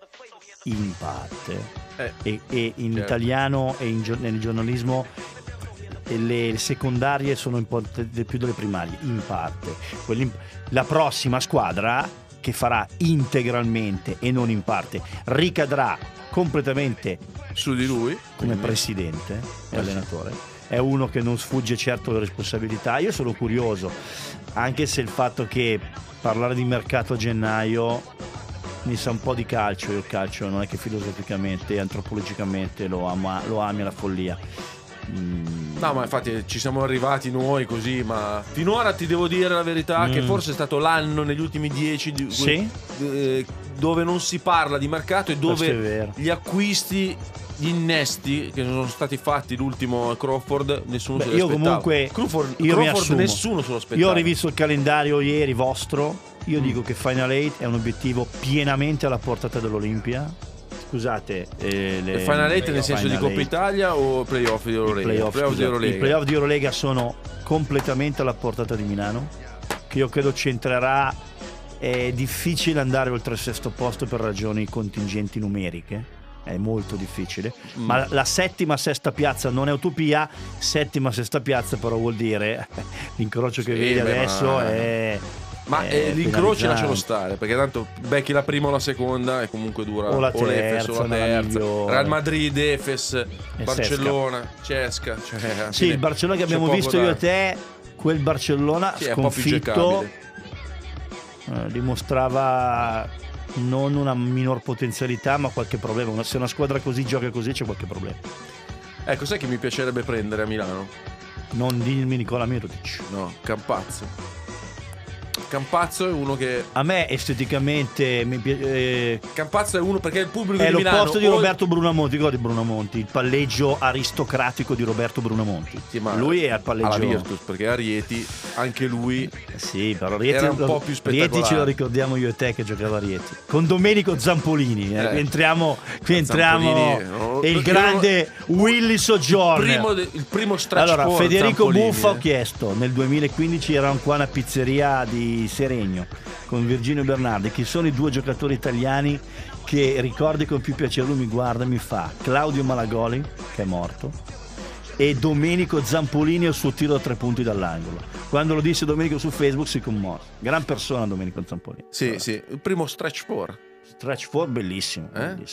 e in certo. italiano e nel giornalismo le secondarie sono importanti più delle primarie, in parte. La prossima squadra che farà integralmente e non in parte ricadrà completamente su di lui come presidente e allenatore. È uno che non sfugge certo le responsabilità. Io sono curioso, anche se il fatto che parlare di mercato a gennaio mi sa un po' di calcio. Io il calcio non è che filosoficamente e antropologicamente lo ami alla follia. No, ma infatti ci siamo arrivati noi così, ma finora ti devo dire la verità che forse è stato l'anno negli ultimi 10 dove non si parla di mercato e dove gli acquisti, gli innesti che sono stati fatti, l'ultimo Crawford, nessuno se lo aspettava. Io comunque Crawford nessuno se lo aspettava. Io ho rivisto il calendario ieri vostro, io dico che Final 8 è un obiettivo pienamente alla portata dell'Olimpia. Scusate, il Final 8 nel senso di Coppa Italia o playoff di Eurolega? I playoff di Eurolega sono completamente alla portata di Milano, che io credo centrerà. È difficile andare oltre il sesto posto per ragioni contingenti numeriche, è molto difficile, ma la settima, sesta piazza non è utopia. Settima, sesta piazza però vuol dire l'incrocio che vedi adesso ma l'incrocio lascialo stare, perché tanto becchi la prima o la seconda e comunque dura o la terza, o la terza. Real Madrid, Efes, Barcellona, Cesca, sì, il Barcellona che abbiamo visto io e te, quel Barcellona sconfitto dimostrava non una minor potenzialità ma qualche problema. Se una squadra così gioca così c'è qualche problema. Ecco, sai che mi piacerebbe prendere a Milano? Non dirmi Nicola Mirotic. No, Campazzo è uno che a me esteticamente mi piace. Campazzo è uno perché il pubblico è di Milano l'opposto di Roberto Brunamonti. Ricordi Brunamonti? Il palleggio aristocratico di Roberto Brunamonti. Sì, ma lui è al palleggio alla Virtus, perché a Rieti anche lui sì, però Rieti era un po' più spettacolare. Rieti ce lo ricordiamo io e te che giocava a Rieti con Domenico Zampolini. Entriamo e il grande Willy Soggiorno. Il primo stretch. Allora, for Federico Zampolini, Buffa ho chiesto nel 2015 eravamo qua a una pizzeria di Seregno con Virginio Bernardi, chi sono i due giocatori italiani che ricordi con più piacere. Lui mi guarda e mi fa Claudio Malagoli, che è morto, e Domenico Zampolini al suo tiro da 3 punti dall'angolo. Quando lo disse Domenico su Facebook si commosse. Gran persona Domenico Zampolini. Sì, sì, il primo stretch 4 bellissimo,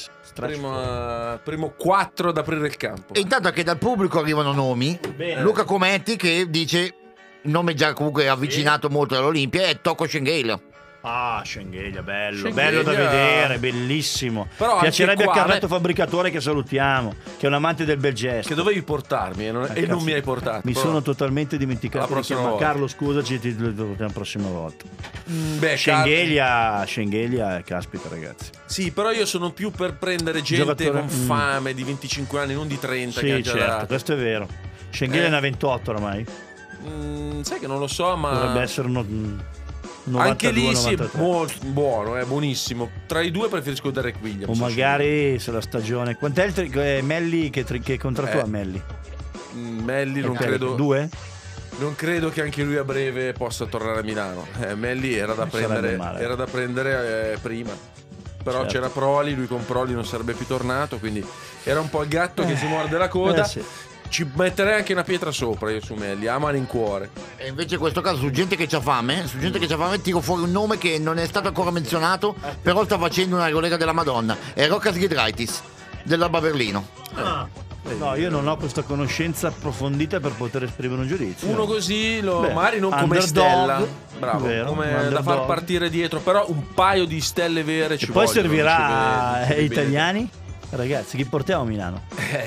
primo 4 ad aprire il campo. E intanto che dal pubblico arrivano nomi. Bene. Luca Cometti che dice, nome già comunque avvicinato molto all'Olimpia, è Tocco Schengelia. Ah, Schengelia, bello da vedere, bellissimo. Però piacerebbe a Carletto Fabbricatore, che salutiamo, che è un amante del bel gesto. Che dovevi portarmi e non mi hai portato. Mi sono totalmente dimenticato. La prossima volta. Carlo, scusaci, ti lo portiamo la prossima volta. Schengelia, caspita ragazzi. Sì, però io sono più per prendere gente con fame di 25 anni, non di 30. Sì, che ha già certo, dato. Questo è vero. Schengelia ne ha 28 oramai. Sai che non lo so, ma dovrebbe essere 92, anche lì 93. sì, molto buono, è buonissimo. Tra i due preferisco Derek Williams. O magari se la stagione. Quant'è il Melli che contratto ha Melli? Melli non credo. 2? Non credo che anche lui a breve possa tornare a Milano. Melli era da prendere prima. Però certo. C'era Proli, lui con Proli non sarebbe più tornato, quindi era un po' il gatto che si morde la coda. Sì. Ci metterei anche una pietra sopra io su Melli, a malincuore. E invece in questo caso su gente che c'ha fame, tiro fuori un nome che non è stato ancora menzionato, però sta facendo una collega della Madonna. È Rokas Giedraitis dell'Alba Berlino. No, io non ho questa conoscenza approfondita per poter esprimere un giudizio. Uno così, magari non come stella, bravo, vero, come da far partire dietro, però un paio di stelle vere ci poi vogliono, servirà agli italiani? Ragazzi, chi portiamo a Milano?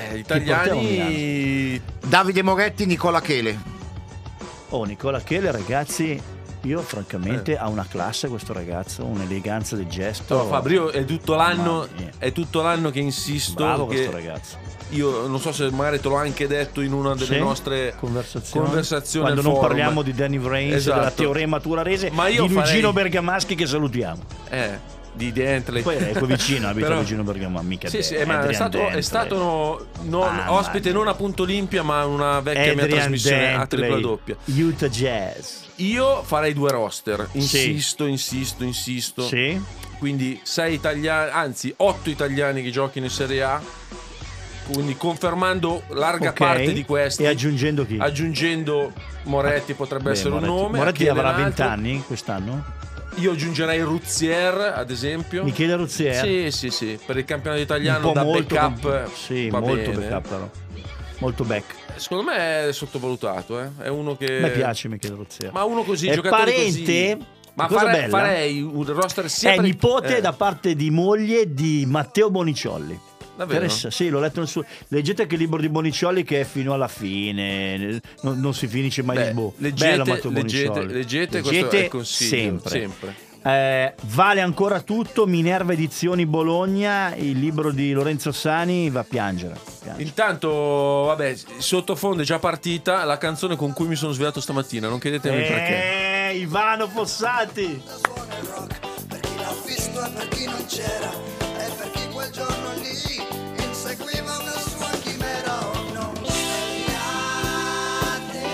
Italiani. Davide Moretti, Nicola Chele. Nicola Chele, ragazzi, io francamente ha una classe questo ragazzo, un'eleganza del gesto. Fabio, è tutto l'anno che insisto. Bravo che questo ragazzo. Io non so se magari te l'ho anche detto in una delle nostre conversazioni quando non parliamo di Danny Vrains, della teorema turarese, di Luigino Bergamaschi, che salutiamo. di Dentley. Poi è vicino, abita Però- vicino perché ma mica Sì, sì, Adrian ma è stato ospite non a Punto Olimpia, ma una vecchia mia trasmissione a tripla doppia. Utah Jazz. Io farei 2 roster, Sì. insisto. Sì. Quindi 6 italiani, anzi 8 italiani che giochino in Serie A. Quindi confermando larga Ok. parte di questi E aggiungendo chi? aggiungendo Moretti potrebbe essere Moretti. un nome. Moretti Chiede avrà un 20 altro. anni quest'anno? Io aggiungerei Ruzier, ad esempio. Michele Ruzier. Sì, per il campionato Un italiano po' da molto backup. sì, va molto bene. backup però. Molto back. Secondo me è sottovalutato, È uno che A me piace Michele Ruzier. Ma uno così, È giocatori parente. così. Ma cosa bella. farei un roster sia È per nipote da parte di moglie di Matteo Bonicciolli. Davvero? Sì, l'ho letto nel suo. Leggete che il libro di Bonicciolli che è fino alla fine, non si finisce mai di boh. Bello Matteo Bonicciolli. Leggete, questo è il consiglio, sempre. Vale ancora tutto. Minerva Edizioni Bologna, il libro di Lorenzo Sani va a piangere. Intanto, vabbè, sottofondo è già partita la canzone con cui mi sono svegliato stamattina, non chiedetemi perché. Ivano Fossati. Suona il rock per chi l'ha visto e per chi non c'era, e per chi quel giorno lì inseguiva una sua chimera. Oh, non svegliate,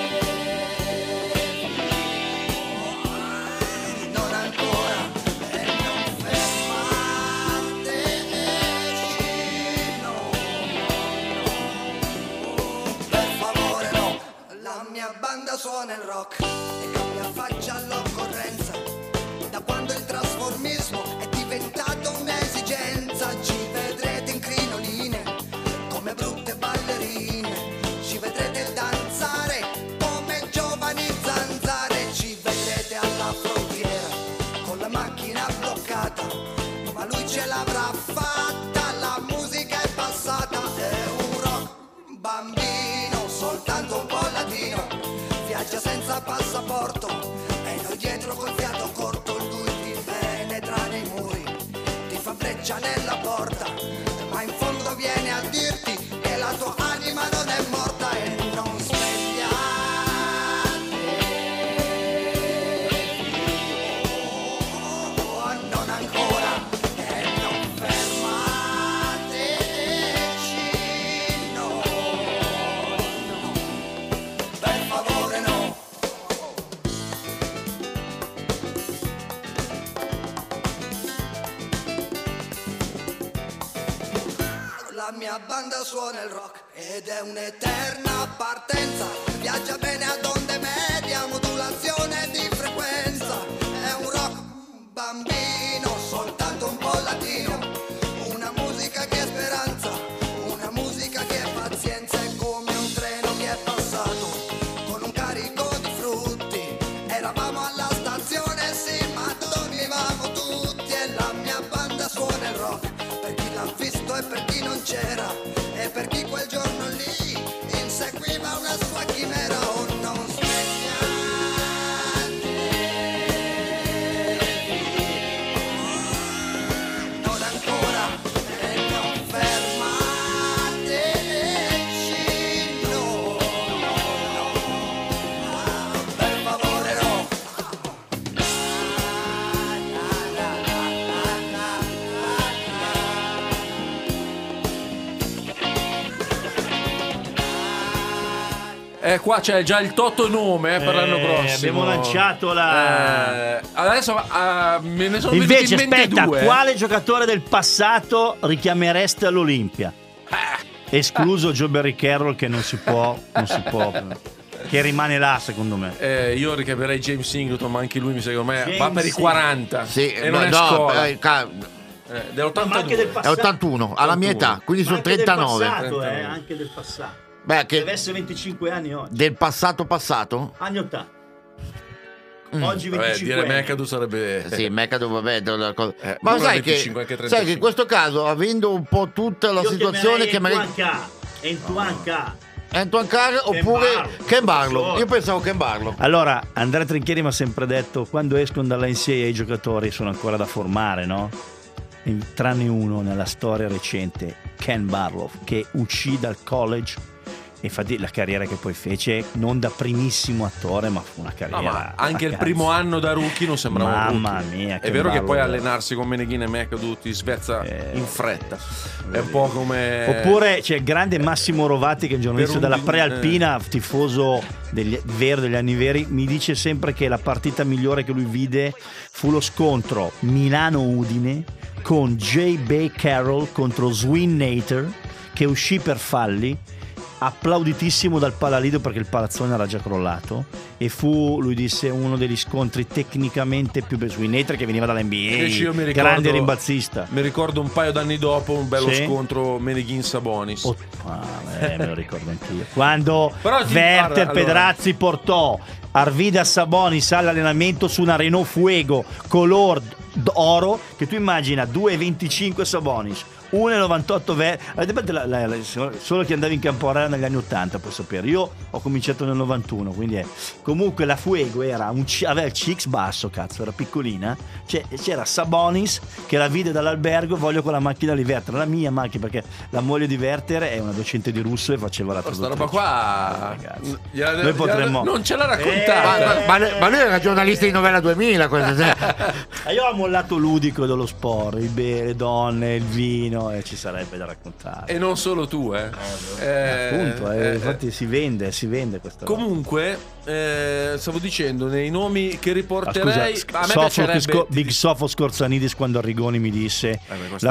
non ancora, e non fermateci, no, per favore no. La mia banda suona il rock e cambia faccia all'occorrenza. Da quando il trasformismo è diventato un'esigenza, ci vedrete in crinoline come brutte ballerine, ci vedrete danzare come giovani zanzare, ci vedrete alla frontiera con la macchina bloccata, ma lui ce l'avrà fatta, la musica è passata, è un rock bambino, soltanto un po' latino, viaggia senza passaporto e noi dietro col fiato corto, lui ti penetra nei muri, ti fa breccia nella porta, ma in fondo viene a dirti che la tua anima non è morta e non svegliate, non ancora, e non fermateci, no, per favore no. La mia banda suona il rock ed è un'eterna partenza, viaggia bene ad onde medie, modulazione di frequenza, è un rock bambino, soltanto un po' latino, una musica che è speranza, una musica che è pazienza, è come un treno che è passato con un carico di frutti, eravamo alla stazione sì ma dormivamo tutti, e la mia banda suona il rock per chi l'ha visto e per chi non c'era, e per chi quel giorno lì inseguiva una sua chimera. Oh, non svegliatevi, non ancora, e non fermateci, no, per favore no. Qua c'è già il toto nome per l'anno prossimo. Abbiamo lanciato la. Adesso me ne sono venuti Invece, in mente aspetta, 2. quale giocatore del passato richiamereste all'Olimpia? Escluso Joe Barry Carroll, che non si può, che rimane là, secondo me. Io richiamerei James Singleton, ma anche lui mi sa che ormai James va per i 40. Sì, e non è scuola. Ma anche del Dell'82. È passato. 81, alla mia età, quindi sono Anche del 39. passato, 39. anche del passato. Beh, che Deve essere 25 anni oggi. del passato? Anni 80. Oggi Vabbè, 25 dire anni. McAdoo sarebbe. Sì, Mecado, vabbè, ma uno sai 25, che, anche sai che in 35. questo caso, avendo un po' tutta la Io situazione che chiamerei magari Antoine K. Antoine Carr oppure Ken Barlow. Barlow. Io pensavo Ken Barlow. Allora, Andrea Trinchieri mi ha sempre detto: quando escono dalla NCAA i giocatori sono ancora da formare, no? Tranne uno nella storia recente, Ken Barlow, che uscì dal college E infatti la carriera che poi fece, non da primissimo attore, ma fu una carriera. No, ma anche il primo anno da rookie non sembrava un Mamma rookie. mia, È vero che poi allenarsi con Meneghin e McAdoo ti svezza in fretta. È un po' come. Oppure c'è il grande Massimo Rovati, che è un giornalista della prealpina, tifoso vero degli anni veri, mi dice sempre che la partita migliore che lui vide fu lo scontro Milano-Udine con J.B. Carroll contro Swin Nater, che uscì per falli, applauditissimo dal Palalido perché il palazzone era già crollato, e fu, lui disse, uno degli scontri tecnicamente più belli. Swin Nater che veniva dall'NBA, grande rimbalzista. Mi ricordo un paio d'anni dopo un bello scontro Meneghin-Sabonis. Me lo ricordo anch'io. Quando Werther Pedrazzi portò Arvidas Sabonis all'allenamento su una Renault Fuego color oro, che tu immagina 2,25 Sabonis, 1,98 solo chi andava in campo era negli anni 80 può sapere. Io ho cominciato nel 91, quindi comunque la Fuego era aveva il CX basso, cazzo, era piccolina. C'era Sabonis che la vide dall'albergo, voglio con la macchina di Werther, la mia macchina, perché la moglie di Werther è una docente di russo e faceva la traduttrice. Questa roba qua noi potremmo non ce l'ha raccontata. Ma lui era giornalista di Novella 2000. Io ho mollato ludico dello sport, le donne, il vino, e ci sarebbe da raccontare. E non solo tu, appunto, infatti si vende questa comunque stavo dicendo, nei nomi che riporterei, a me piacerebbe Big Sofo Scorzanidis, quando Arrigoni mi disse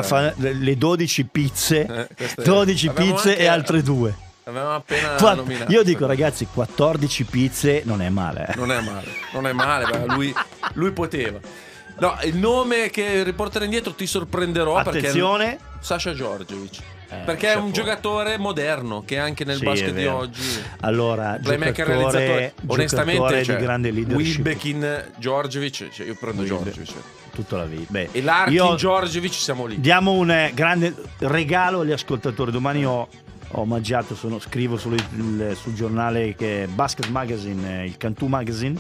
le 12 pizze 12 pizze anche, e altre 2. avevamo appena nominato. Io dico, ragazzi, 14 pizze non è male. Non è male, lui poteva. No, il nome che riporterò indietro ti sorprenderò. Attenzione, perché Sasha Djordjevic, perché è un giocatore moderno che anche nel basket di oggi, allora, playmaker, realizzatore, onestamente, di grande leadership. Wilbekin, Djordjevic, io prendo Djordjevic tutta la vita. e Larkin, Djordjevic, siamo lì. Diamo un grande regalo agli ascoltatori. Domani ho omaggiato, scrivo sul giornale che è Basket Magazine, il Cantù Magazine,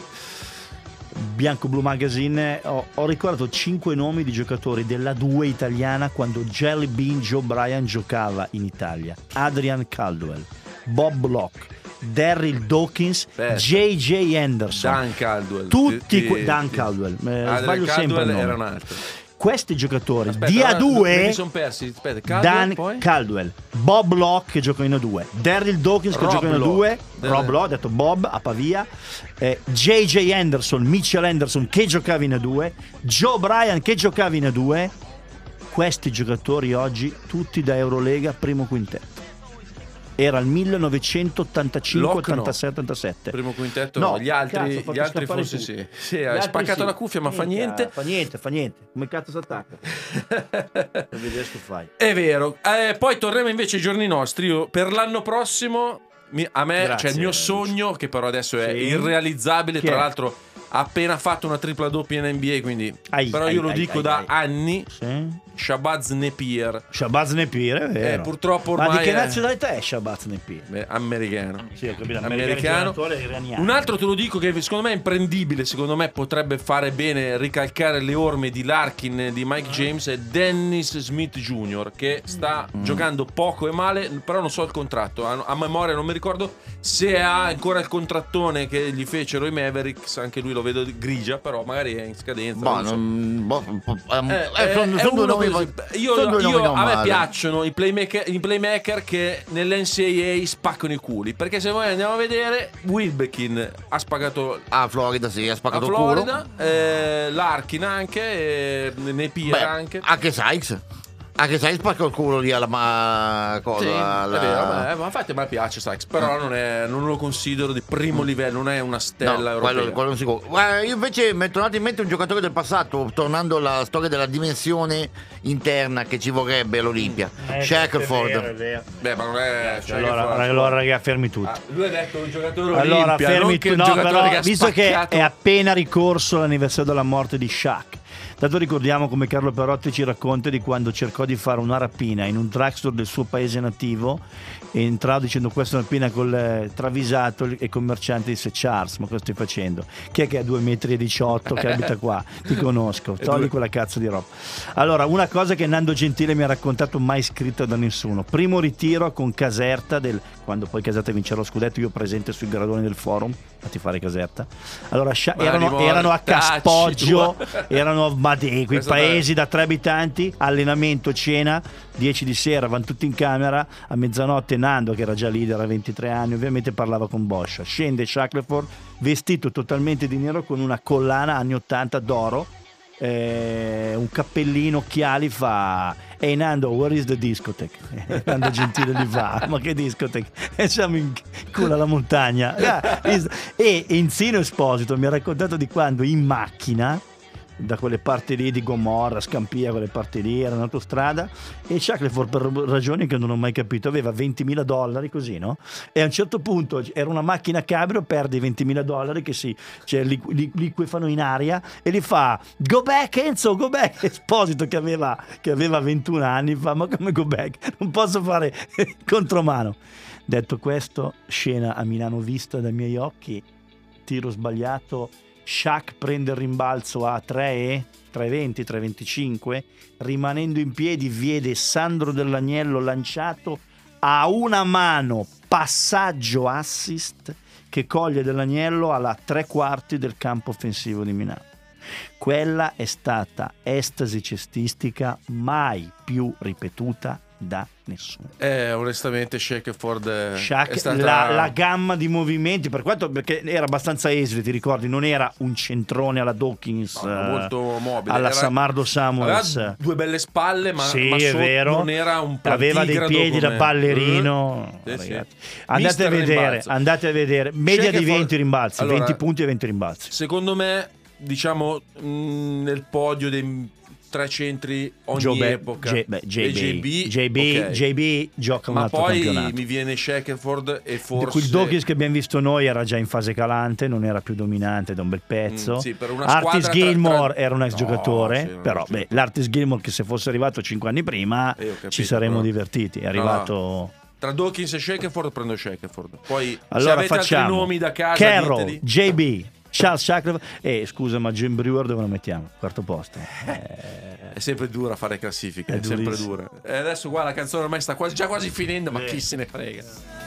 Bianco Blu Magazine. Ho ricordato 5 nomi di giocatori della 2 italiana quando Jelly Bean Joe Bryan giocava in Italia: Adrian Caldwell, Bob Block, Daryl Dawkins, J.J. Anderson, Dan Caldwell, Dan Caldwell, sbaglio sempre il nome. Era un altro. Questi giocatori di A2 mi sono persi. Dan Caldwell, Bob Block che giocò in A2, Daryl Dawkins che giocò in A2, Rob Block, ho detto Bob a Pavia, J.J. Anderson, Mitchell Anderson che giocava in A2, Joe Bryan che giocava in A2. Questi giocatori oggi tutti da Eurolega primo quintetto. Era il 1985-86-87. Primo quintetto, no, gli altri forse sì. Sì, hai spaccato la cuffia, ma fa niente. Fa niente. Come cazzo si attacca? È vero. Poi torniamo invece ai giorni nostri. Io per l'anno prossimo, a me c'è il mio sogno, che però adesso è irrealizzabile. Tra l'altro ha appena fatto una tripla doppia in NBA, quindi però io lo dico da anni. Shabazz Napier, è vero. Purtroppo ormai. Ma di che nazionalità è Shabazz Napier? Americano. Sì, ho capito, americano. Un altro te lo dico che secondo me è imprendibile, secondo me potrebbe fare bene ricalcare le orme di Larkin, di Mike James, è Dennis Smith Jr., che sta giocando poco e male, però non so il contratto, a memoria non mi ricordo se ha ancora il contrattone che gli fecero i Mavericks, anche lui lo vedo grigia, però magari è in scadenza. A me piacciono i playmaker che nell'NCAA spaccano i culi, perché se noi andiamo a vedere, Wilbekin ha spaccato a Florida, ha spaccato il culo, Larkin anche, Napier anche Sykes. Anche Sykes spacca il culo lì alla cosa. Sì, è vero, ma infatti a me piace Sykes, però non lo considero di primo livello, non è una stella europea. Quello sicuro. Io invece mi è tornato in mente un giocatore del passato, tornando alla storia della dimensione interna che ci vorrebbe all'Olimpia. Shackelford. Beh, ma non è. Allora ragazzi, fermi tutti. Lui ha detto un giocatore Olimpia. Allora fermi tutti. No, però, visto che è appena ricorso l'anniversario della morte di Shaq, Tanto ricordiamo come Carlo Perotti ci racconta di quando cercò di fare una rapina in un drugstore del suo paese nativo e entrò dicendo: questa è una rapina col travisato, e il commerciante disse: Charles, ma cosa stai facendo? Chi è che ha 2,18 m che abita qua? Ti conosco, togli quella cazzo di roba. Allora, una cosa che Nando Gentile mi ha raccontato, mai scritta da nessuno: primo ritiro con Caserta, quando poi Caserta vincerà lo scudetto, io presente sui gradoni del forum a tifare Caserta. Allora erano a Caspoggio, erano a quei paesi da 3 abitanti, allenamento, cena, 10 di sera, vanno tutti in camera, a mezzanotte Nando, che era già leader a 23 anni, ovviamente parlava con Boscia. Scende Shackelford vestito totalmente di nero con una collana anni 80 d'oro, un cappellino, occhiali, fa: ehi Nando, where is the discotheque? Nando Gentile gli fa: ma che discotheque? Siamo in culo alla montagna. E Enzino Esposito mi ha raccontato di quando in macchina da quelle parti lì di Gomorra, Scampia, quelle parti lì, era un'autostrada, e Shackelford, per ragioni che non ho mai capito, aveva $20.000 così, no? E a un certo punto era una macchina cabrio, perde i $20.000 che li liquefano in aria, e li fa: go back Enzo, go back. Esposito, che aveva 21 anni, fa: ma come go back? Non posso fare contromano. Detto questo, scena a Milano vista dai miei occhi, tiro sbagliato, Shaq prende il rimbalzo a 3,20, 3,25, rimanendo in piedi vede Sandro Dell'Agnello lanciato a una mano, passaggio assist, che coglie Dell'Agnello alla 3/4 del campo offensivo di Milano. Quella è stata estasi cestistica mai più ripetuta da nessuno. Onestamente Shackelford Shaq, è stata la gamma di movimenti, perché era abbastanza esile, ti ricordi, non era un centrone alla Dawkins, molto mobile, alla Samardo Samuels, aveva due belle spalle, ma sì, è vero, non era un aveva dei piedi da ballerino. Sì. Andate a vedere media Shackelford, di 20 rimbalzi, allora, 20 punti e 20 rimbalzi. Secondo me, diciamo, nel podio dei 3 centri ogni epoca, JB gioca un altro poi campionato. Mi viene Shackelford, e forse il Dawkins che abbiamo visto noi era già in fase calante, non era più dominante da un bel pezzo. Sì, per una Artis Gilmore era un ex no, giocatore, sì, però l'Artis Gilmore, che se fosse arrivato 5 anni prima ci saremmo divertiti. È arrivato. No. Tra Dawkins e Shackelford prendo Shackelford. Poi allora, se avete altri nomi da casa, Carroll, diteli. JB, Charles Shackelford, scusa, ma Jim Brewer dove lo mettiamo? Quarto posto. È sempre dura fare classifiche, è sempre dura. E adesso qua la canzone ormai sta già quasi finendo, ma chi se ne frega.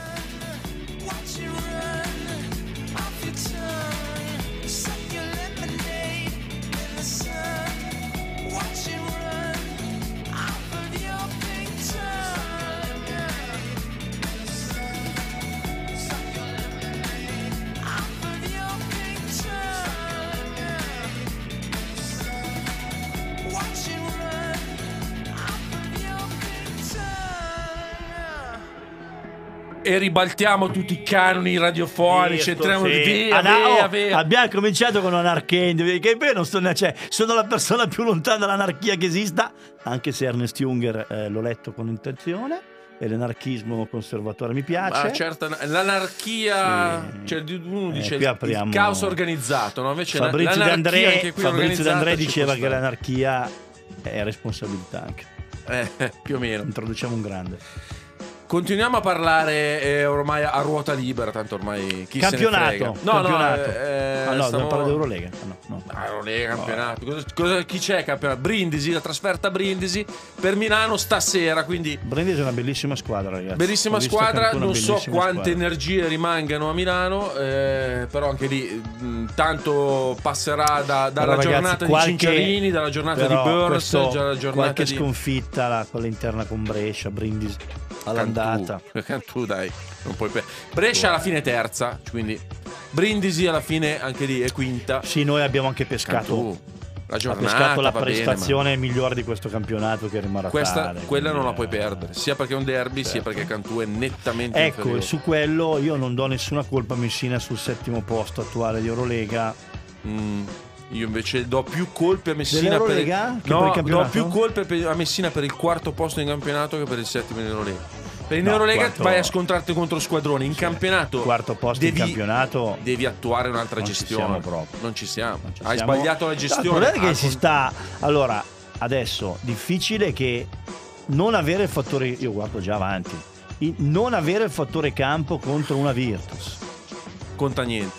E ribaltiamo tutti i canoni radiofonici, entriamo via. Abbiamo cominciato con Anarchendio, che poi non sono la persona più lontana dall'anarchia che esista, anche se Ernest Junger l'ho letto con intenzione, e l'anarchismo conservatore mi piace. Ma certo, l'anarchia, sì. Cioè, uno dice il caos organizzato, no? Invece Fabrizio D'André diceva che l'anarchia è responsabilità anche. Più o meno. Introduciamo un grande. Continuiamo a parlare ormai a ruota libera, tanto ormai chi campionato, se ne frega. No, dobbiamo parlare di Eurolega. Eurolega, campionato. Chi c'è campionato? Brindisi, la trasferta a Brindisi per Milano stasera, quindi Brindisi è una bellissima squadra, ragazzi. Bellissima squadra, non so quante energie rimangano a Milano, però anche lì tanto passerà dalla giornata di Cinciarini, dalla giornata di Burns, dalla giornata qualche sconfitta con l'interna con Brescia, Brindisi all'andata. Cantù, dai, non puoi Brescia alla fine terza, quindi Brindisi alla fine anche lì è quinta. Sì, noi abbiamo anche pescato la giornata, la prestazione migliore di questo campionato, che rimarrà quella non la puoi perdere, sia perché è un derby, sia perché Cantù è nettamente inferiore. Su quello io non do nessuna colpa a Messina sul 7° posto attuale di Eurolega. Io invece do più colpe a Messina per il campionato. Do più colpe a Messina per il 4° posto in campionato che per il 7° in Eurolega. Per in Eurolega vai a scontrarti contro squadroni. In campionato, quarto posto in campionato, devi attuare un'altra gestione. Non ci siamo. Hai siamo. Sbagliato la gestione. Il problema è che si sta. Allora, adesso difficile che non avere il fattore. Io guardo già avanti. Non avere il fattore campo contro una Virtus. Conta niente.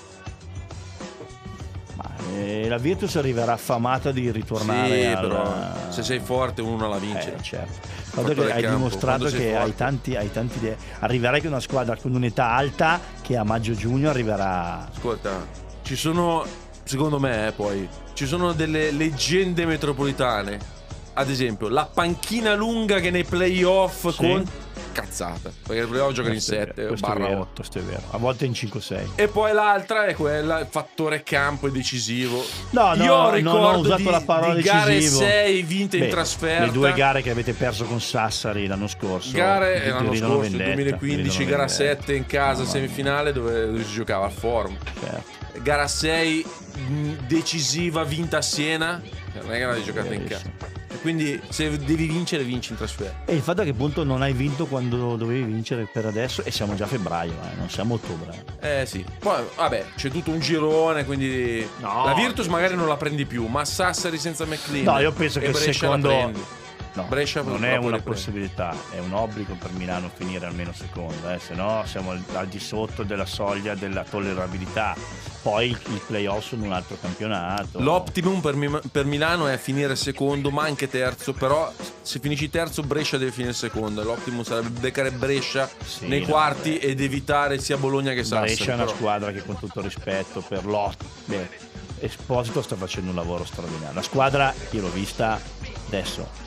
La Virtus arriverà affamata di ritornare però se sei forte uno la vince. Certo. Guarda che hai dimostrato che hai tanti idee. Arriverai con una squadra con un'età alta che a maggio-giugno arriverà. Ascolta, ci sono, secondo me, poi ci sono delle leggende metropolitane. Ad esempio, la panchina lunga che nei playoff con cazzata, perché il playoff gioca in 7/8. Questo è vero, a volte in 5-6. E poi l'altra è quella, il fattore campo è decisivo. Io ricordo non ho usato la parola di gare decisivo. 6 vinte in trasferta. Le 2 gare che avete perso con Sassari l'anno scorso. Gare l'anno scorso, 2015, gara 7 in casa, semifinale dove si giocava al Forum. Certo. Gara 6 decisiva, vinta a Siena, non è che l'hai giocata in casa. Quindi se devi vincere, vinci in trasferta. E il fatto è che appunto non hai vinto quando dovevi vincere per adesso, e siamo già a febbraio, non siamo a ottobre. Sì. Poi vabbè, c'è tutto un girone, quindi la Virtus magari non la prendi più, ma Sassari senza McLean. No, io penso che Brescia secondo. No, Brescia non è una possibilità, è un obbligo per Milano finire almeno seconda, se no siamo al di sotto della soglia della tollerabilità. Poi il playoff sono un altro campionato. L'optimum per Milano è finire secondo, ma anche terzo. Però se finisci terzo, Brescia deve finire secondo. L'optimum sarebbe beccare Brescia nei quarti ed evitare sia Bologna che Sassari. Brescia è una squadra che, con tutto il rispetto per Esposito, sta facendo un lavoro straordinario. La squadra io l'ho vista adesso.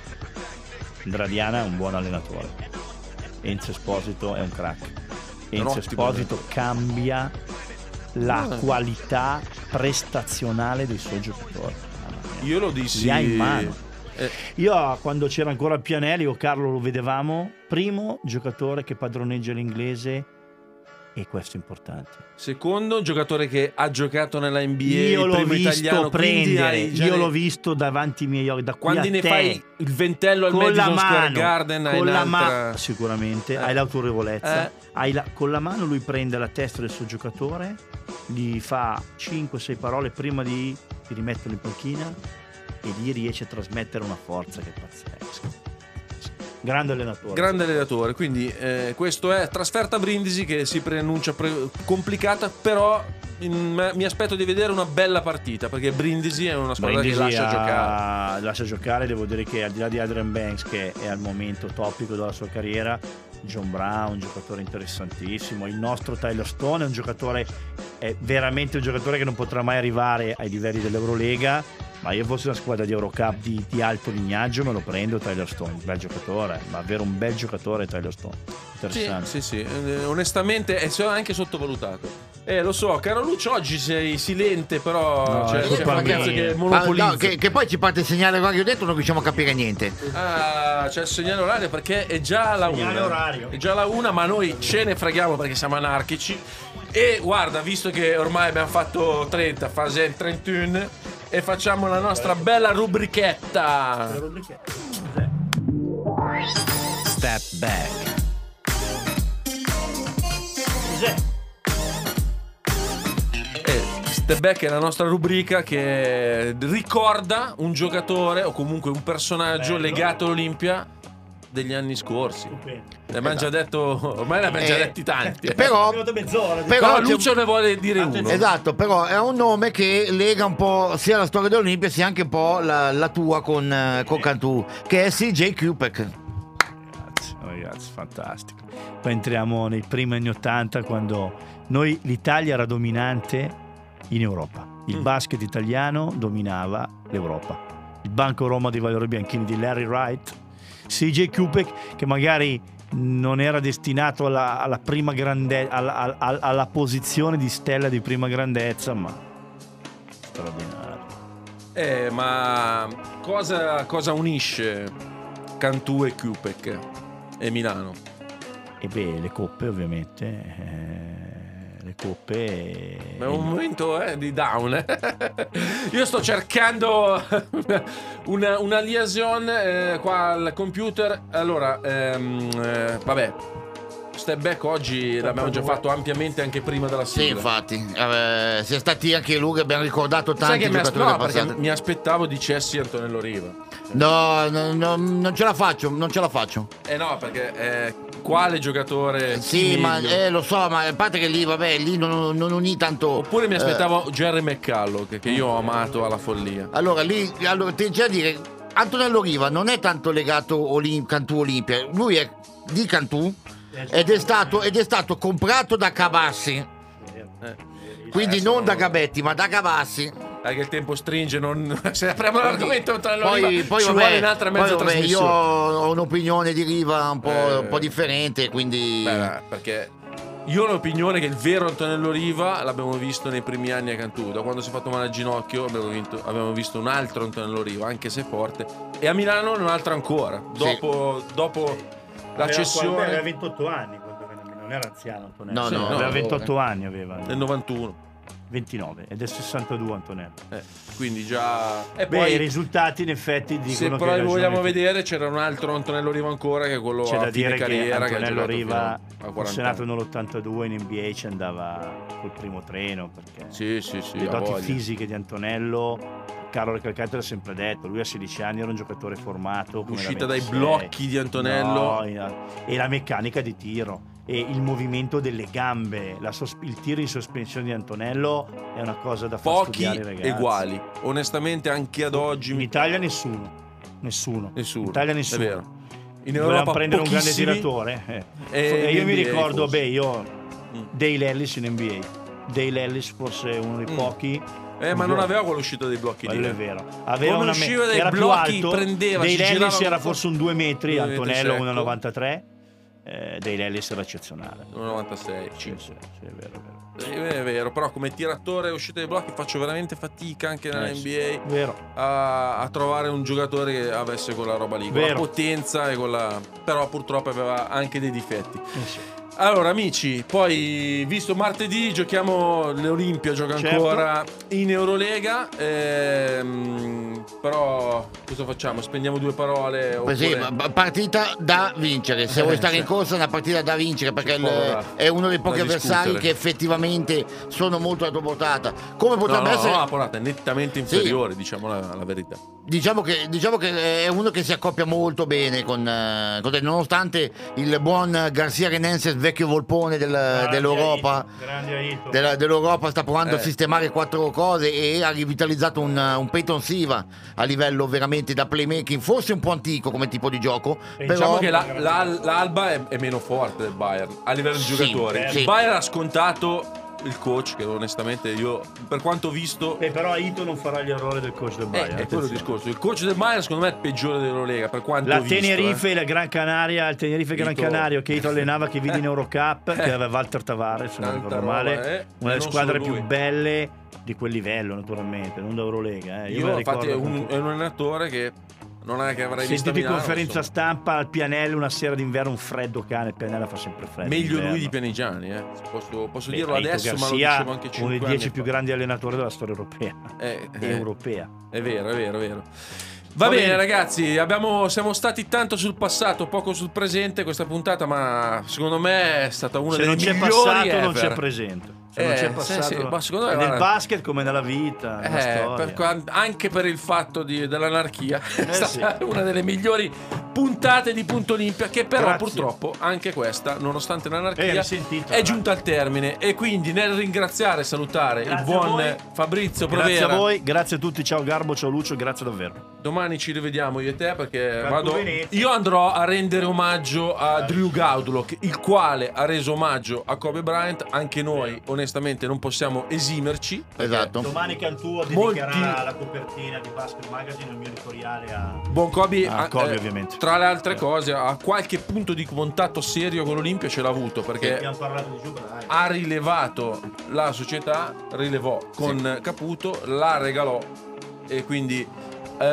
Gradiana è un buon allenatore, Enzo Esposito è un crack. Enzo Esposito cambia la qualità prestazionale dei suoi giocatori. Io lo dissi. Li ha in mano. Io quando c'era ancora Pianelli o Carlo lo vedevamo, primo giocatore che padroneggia l'inglese, e questo è importante. Secondo, giocatore che ha giocato nella NBA. Io l'ho visto italiano, prendere, io l'ho visto davanti ai miei occhi. Da quando ne fai il ventello al Madison Square Garden, con la mano sicuramente hai l'autorevolezza. Con la mano lui prende la testa del suo giocatore, gli fa 5-6 parole prima di rimetterlo in panchina, e gli riesce a trasmettere una forza che è pazzesca. Grande allenatore. Quindi questo è trasferta a Brindisi, che si preannuncia complicata, però mi aspetto di vedere una bella partita, perché Brindisi è una squadra che lascia giocare. Devo dire che al di là di Adrian Banks, che è al momento topico della sua carriera, John Brown, un giocatore interessantissimo, il nostro Tyler Stone è veramente un giocatore che non potrà mai arrivare ai livelli dell'Eurolega, ma io fossi una squadra di Eurocup di alto lignaggio me lo prendo Tyler Stone, un bel giocatore, ma davvero un bel giocatore Tyler Stone, interessante. Sì, onestamente è anche sottovalutato. Lo so, caro Lucio, oggi sei silente, però che poi ci parte il segnale orario dentro, non riusciamo a capire niente. C'è il segnale orario perché è già la 1. È già la 1, ma noi ce ne freghiamo perché siamo anarchici. E guarda, visto che ormai abbiamo fatto 30, fase 31, e facciamo la nostra bella rubrichetta. Step back. Cos'è? Step back è la nostra rubrica che ricorda un giocatore o comunque un personaggio legato all'Olimpia degli anni scorsi. L'abbiamo già detto, ormai ne abbiamo già detti tanti. Però Lucio ne vuole dire uno. Esatto, però è un nome che lega un po' sia la storia dell'Olimpia sia anche un po' la tua con Cantù, che è CJ Kupek. Ragazzi, fantastico. Poi entriamo nei primi anni 80, quando l'Italia era dominante in Europa. Il basket italiano dominava l'Europa. Il Banco Roma di Valerio Bianchini di Larry Wright, CJ Kupek, che magari non era destinato alla prima alla posizione di stella di prima grandezza, ma straordinario. Ma cosa unisce Cantù e Kupek e Milano? Le coppe, ovviamente. le coppe. Ma è un momento di down. Io sto cercando una liaison qua al computer. Allora, vabbè. Step back oggi l'abbiamo già fatto ampiamente anche prima della sigla. Sì, infatti. Si è stati anche lui che abbiamo ricordato tanti giocatori del passato. Perché mi aspettavo dicessi Antonello Riva. No, non ce la faccio. No, perché quale giocatore? Sì, ma lo so, ma a parte che lì, vabbè, lì non unì tanto. Oppure mi aspettavo Jerry McCulloch, che io ho amato alla follia. Allora, ti c'è da dire, Antonello Riva non è tanto legato Cantù Olimpia, lui è di Cantù ed è stato comprato da Cavassi. Quindi non da Gabetti, ma da Cavassi. Che il tempo stringe, se apriamo l'argomento poi vabbè, vuole un'altra mezza trasmissione. Io ho un'opinione di Riva un po' differente, quindi perché io ho l'opinione che il vero Antonello Riva l'abbiamo visto nei primi anni a Cantù. Da quando si è fatto male al ginocchio abbiamo visto un altro Antonello Riva, anche se forte, e a Milano un altro ancora dopo la cessione. Aveva 28 anni, non era anziano Antonello. No, aveva 28 anni nel 91. 29 ed è 62 Antonello. Quindi già. E poi i risultati in effetti dicono se però vogliamo vedere, c'era un altro Antonello Riva ancora, che è quello c'è a da dire carriera, che Antonello Riva fosse nato nell'82 in NBA ci andava col primo treno, perché sì, le doti fisiche di Antonello, Carlo Recalcante l'ha sempre detto, lui a 16 anni era un giocatore formato, uscita dai blocchi di Antonello, e la meccanica di tiro e il movimento delle gambe, il tiro in sospensione di Antonello è una cosa da far studiare ai ragazzi. Uguali, onestamente anche ad oggi in Italia nessuno. In Italia nessuno. È vero. In Europa prendere un grande tiratore. E io mi ricordo, Dale Ellis in NBA. Dale Ellis forse uno dei pochi. Ma non aveva quell'uscita dei blocchi lì. È vero. Aveva quando usciva dai blocchi, più alto, prendeva. Dale Ellis era forse un 2 metri, Antonello 1,93. Dale Ellis era eccezionale. 1,96. Sì, è vero. È vero, però come tiratore uscita dai blocchi faccio veramente fatica anche nella NBA a trovare un giocatore che avesse quella roba lì, con la potenza e però purtroppo aveva anche dei difetti. Allora amici, poi visto martedì giochiamo, l'Olimpia gioca ancora in Eurolega, però cosa facciamo? Spendiamo due parole? Sì, partita da vincere, se vuoi stare in corsa è una partita da vincere, perché è uno dei pochi avversari che effettivamente sono molto alla tua portata. Come potrebbe essere la portata è nettamente inferiore, diciamo la verità. Diciamo che è uno che si accoppia molto bene con nonostante il buon Garcia Renenses, vecchio volpone dell'Europa, dell'Europa, sta provando a sistemare 4 cose e ha rivitalizzato un Peyton Siva a livello veramente da playmaking, forse un po' antico come tipo di gioco, diciamo che l'Alba è meno forte del Bayern a livello di giocatori. Il Bayern ha scontato il coach, che onestamente io, per quanto ho visto, però Aito non farà gli errori del coach del Bayern. È quello il discorso. Il coach del Bayern secondo me è il peggiore dell'Eurolega, per quanto la ho visto, Tenerife e la Gran Canaria, il Tenerife Gran Canario che Aito allenava, che vide in Eurocup, che aveva Walter Tavares, se non ricordo male, una delle squadre più belle di quel livello, naturalmente, non da Eurolega. Io infatti è un allenatore che non è che avrei visto di conferenza stampa al Pianello una sera d'inverno, un freddo cane. Il Pianello fa sempre freddo. Meglio lui di Pianigiani, posso dirlo adesso, ma lo dicevo anche 5 anni. Uno dei 10 più grandi allenatori della storia europea. Europea. È vero. Va bene ragazzi, siamo stati tanto sul passato, poco sul presente questa puntata, ma secondo me è stata una delle migliori. Se non c'è passato non c'è presente. Non c'è passato, ma secondo me nel basket come nella vita, anche per il fatto dell'anarchia è stata una delle migliori puntate di Punto Olimpia, che però purtroppo anche questa, nonostante l'anarchia, è giunta al termine. E quindi nel ringraziare e salutare il buon Fabrizio Provera, grazie a voi, grazie a tutti, ciao Garbo, ciao Lucio, grazie davvero. Domani ci rivediamo io e te, perché io andrò a rendere omaggio a Drew Gauduloc, il quale ha reso omaggio a Kobe Bryant. Anche noi onestamente non possiamo esimerci. Esatto. Domani Cantù dedicherà la copertina di Basket Magazine, il mio editoriale a buon Kobe, Kobe ovviamente. Tra le altre cose, a qualche punto di contatto serio con l'Olimpia ce l'ha avuto, perché abbiamo parlato di Giubrani. Ha rilevato la società, rilevò con Caputo, la regalò e quindi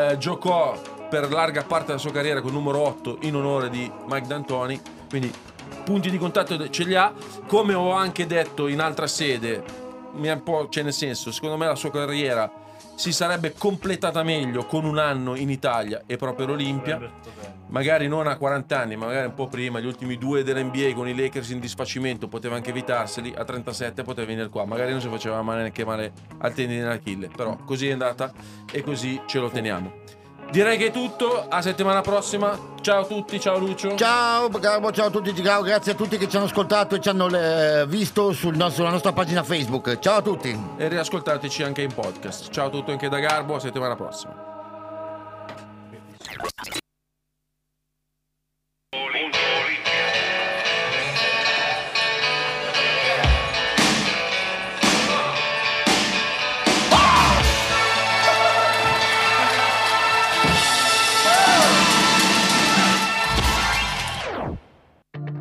giocò per larga parte della sua carriera con numero 8 in onore di Mike D'Antoni. Quindi punti di contatto ce li ha, come ho anche detto in altra sede, cioè nel senso, secondo me la sua carriera si sarebbe completata meglio con un anno in Italia e proprio l'Olimpia, magari non a 40 anni, ma magari un po' prima. Gli ultimi 2 dell'NBA con i Lakers in disfacimento poteva anche evitarseli, a 37 poteva venire qua, magari non si faceva neanche male al tendine d'Achille, però così è andata e così ce lo teniamo. Direi che è tutto, a settimana prossima. Ciao a tutti, ciao Lucio. Ciao Garbo, ciao a tutti, ciao, grazie a tutti che ci hanno ascoltato e ci hanno visto sulla nostra pagina Facebook. Ciao a tutti. E riascoltateci anche in podcast. Ciao a tutti anche da Garbo, a settimana prossima.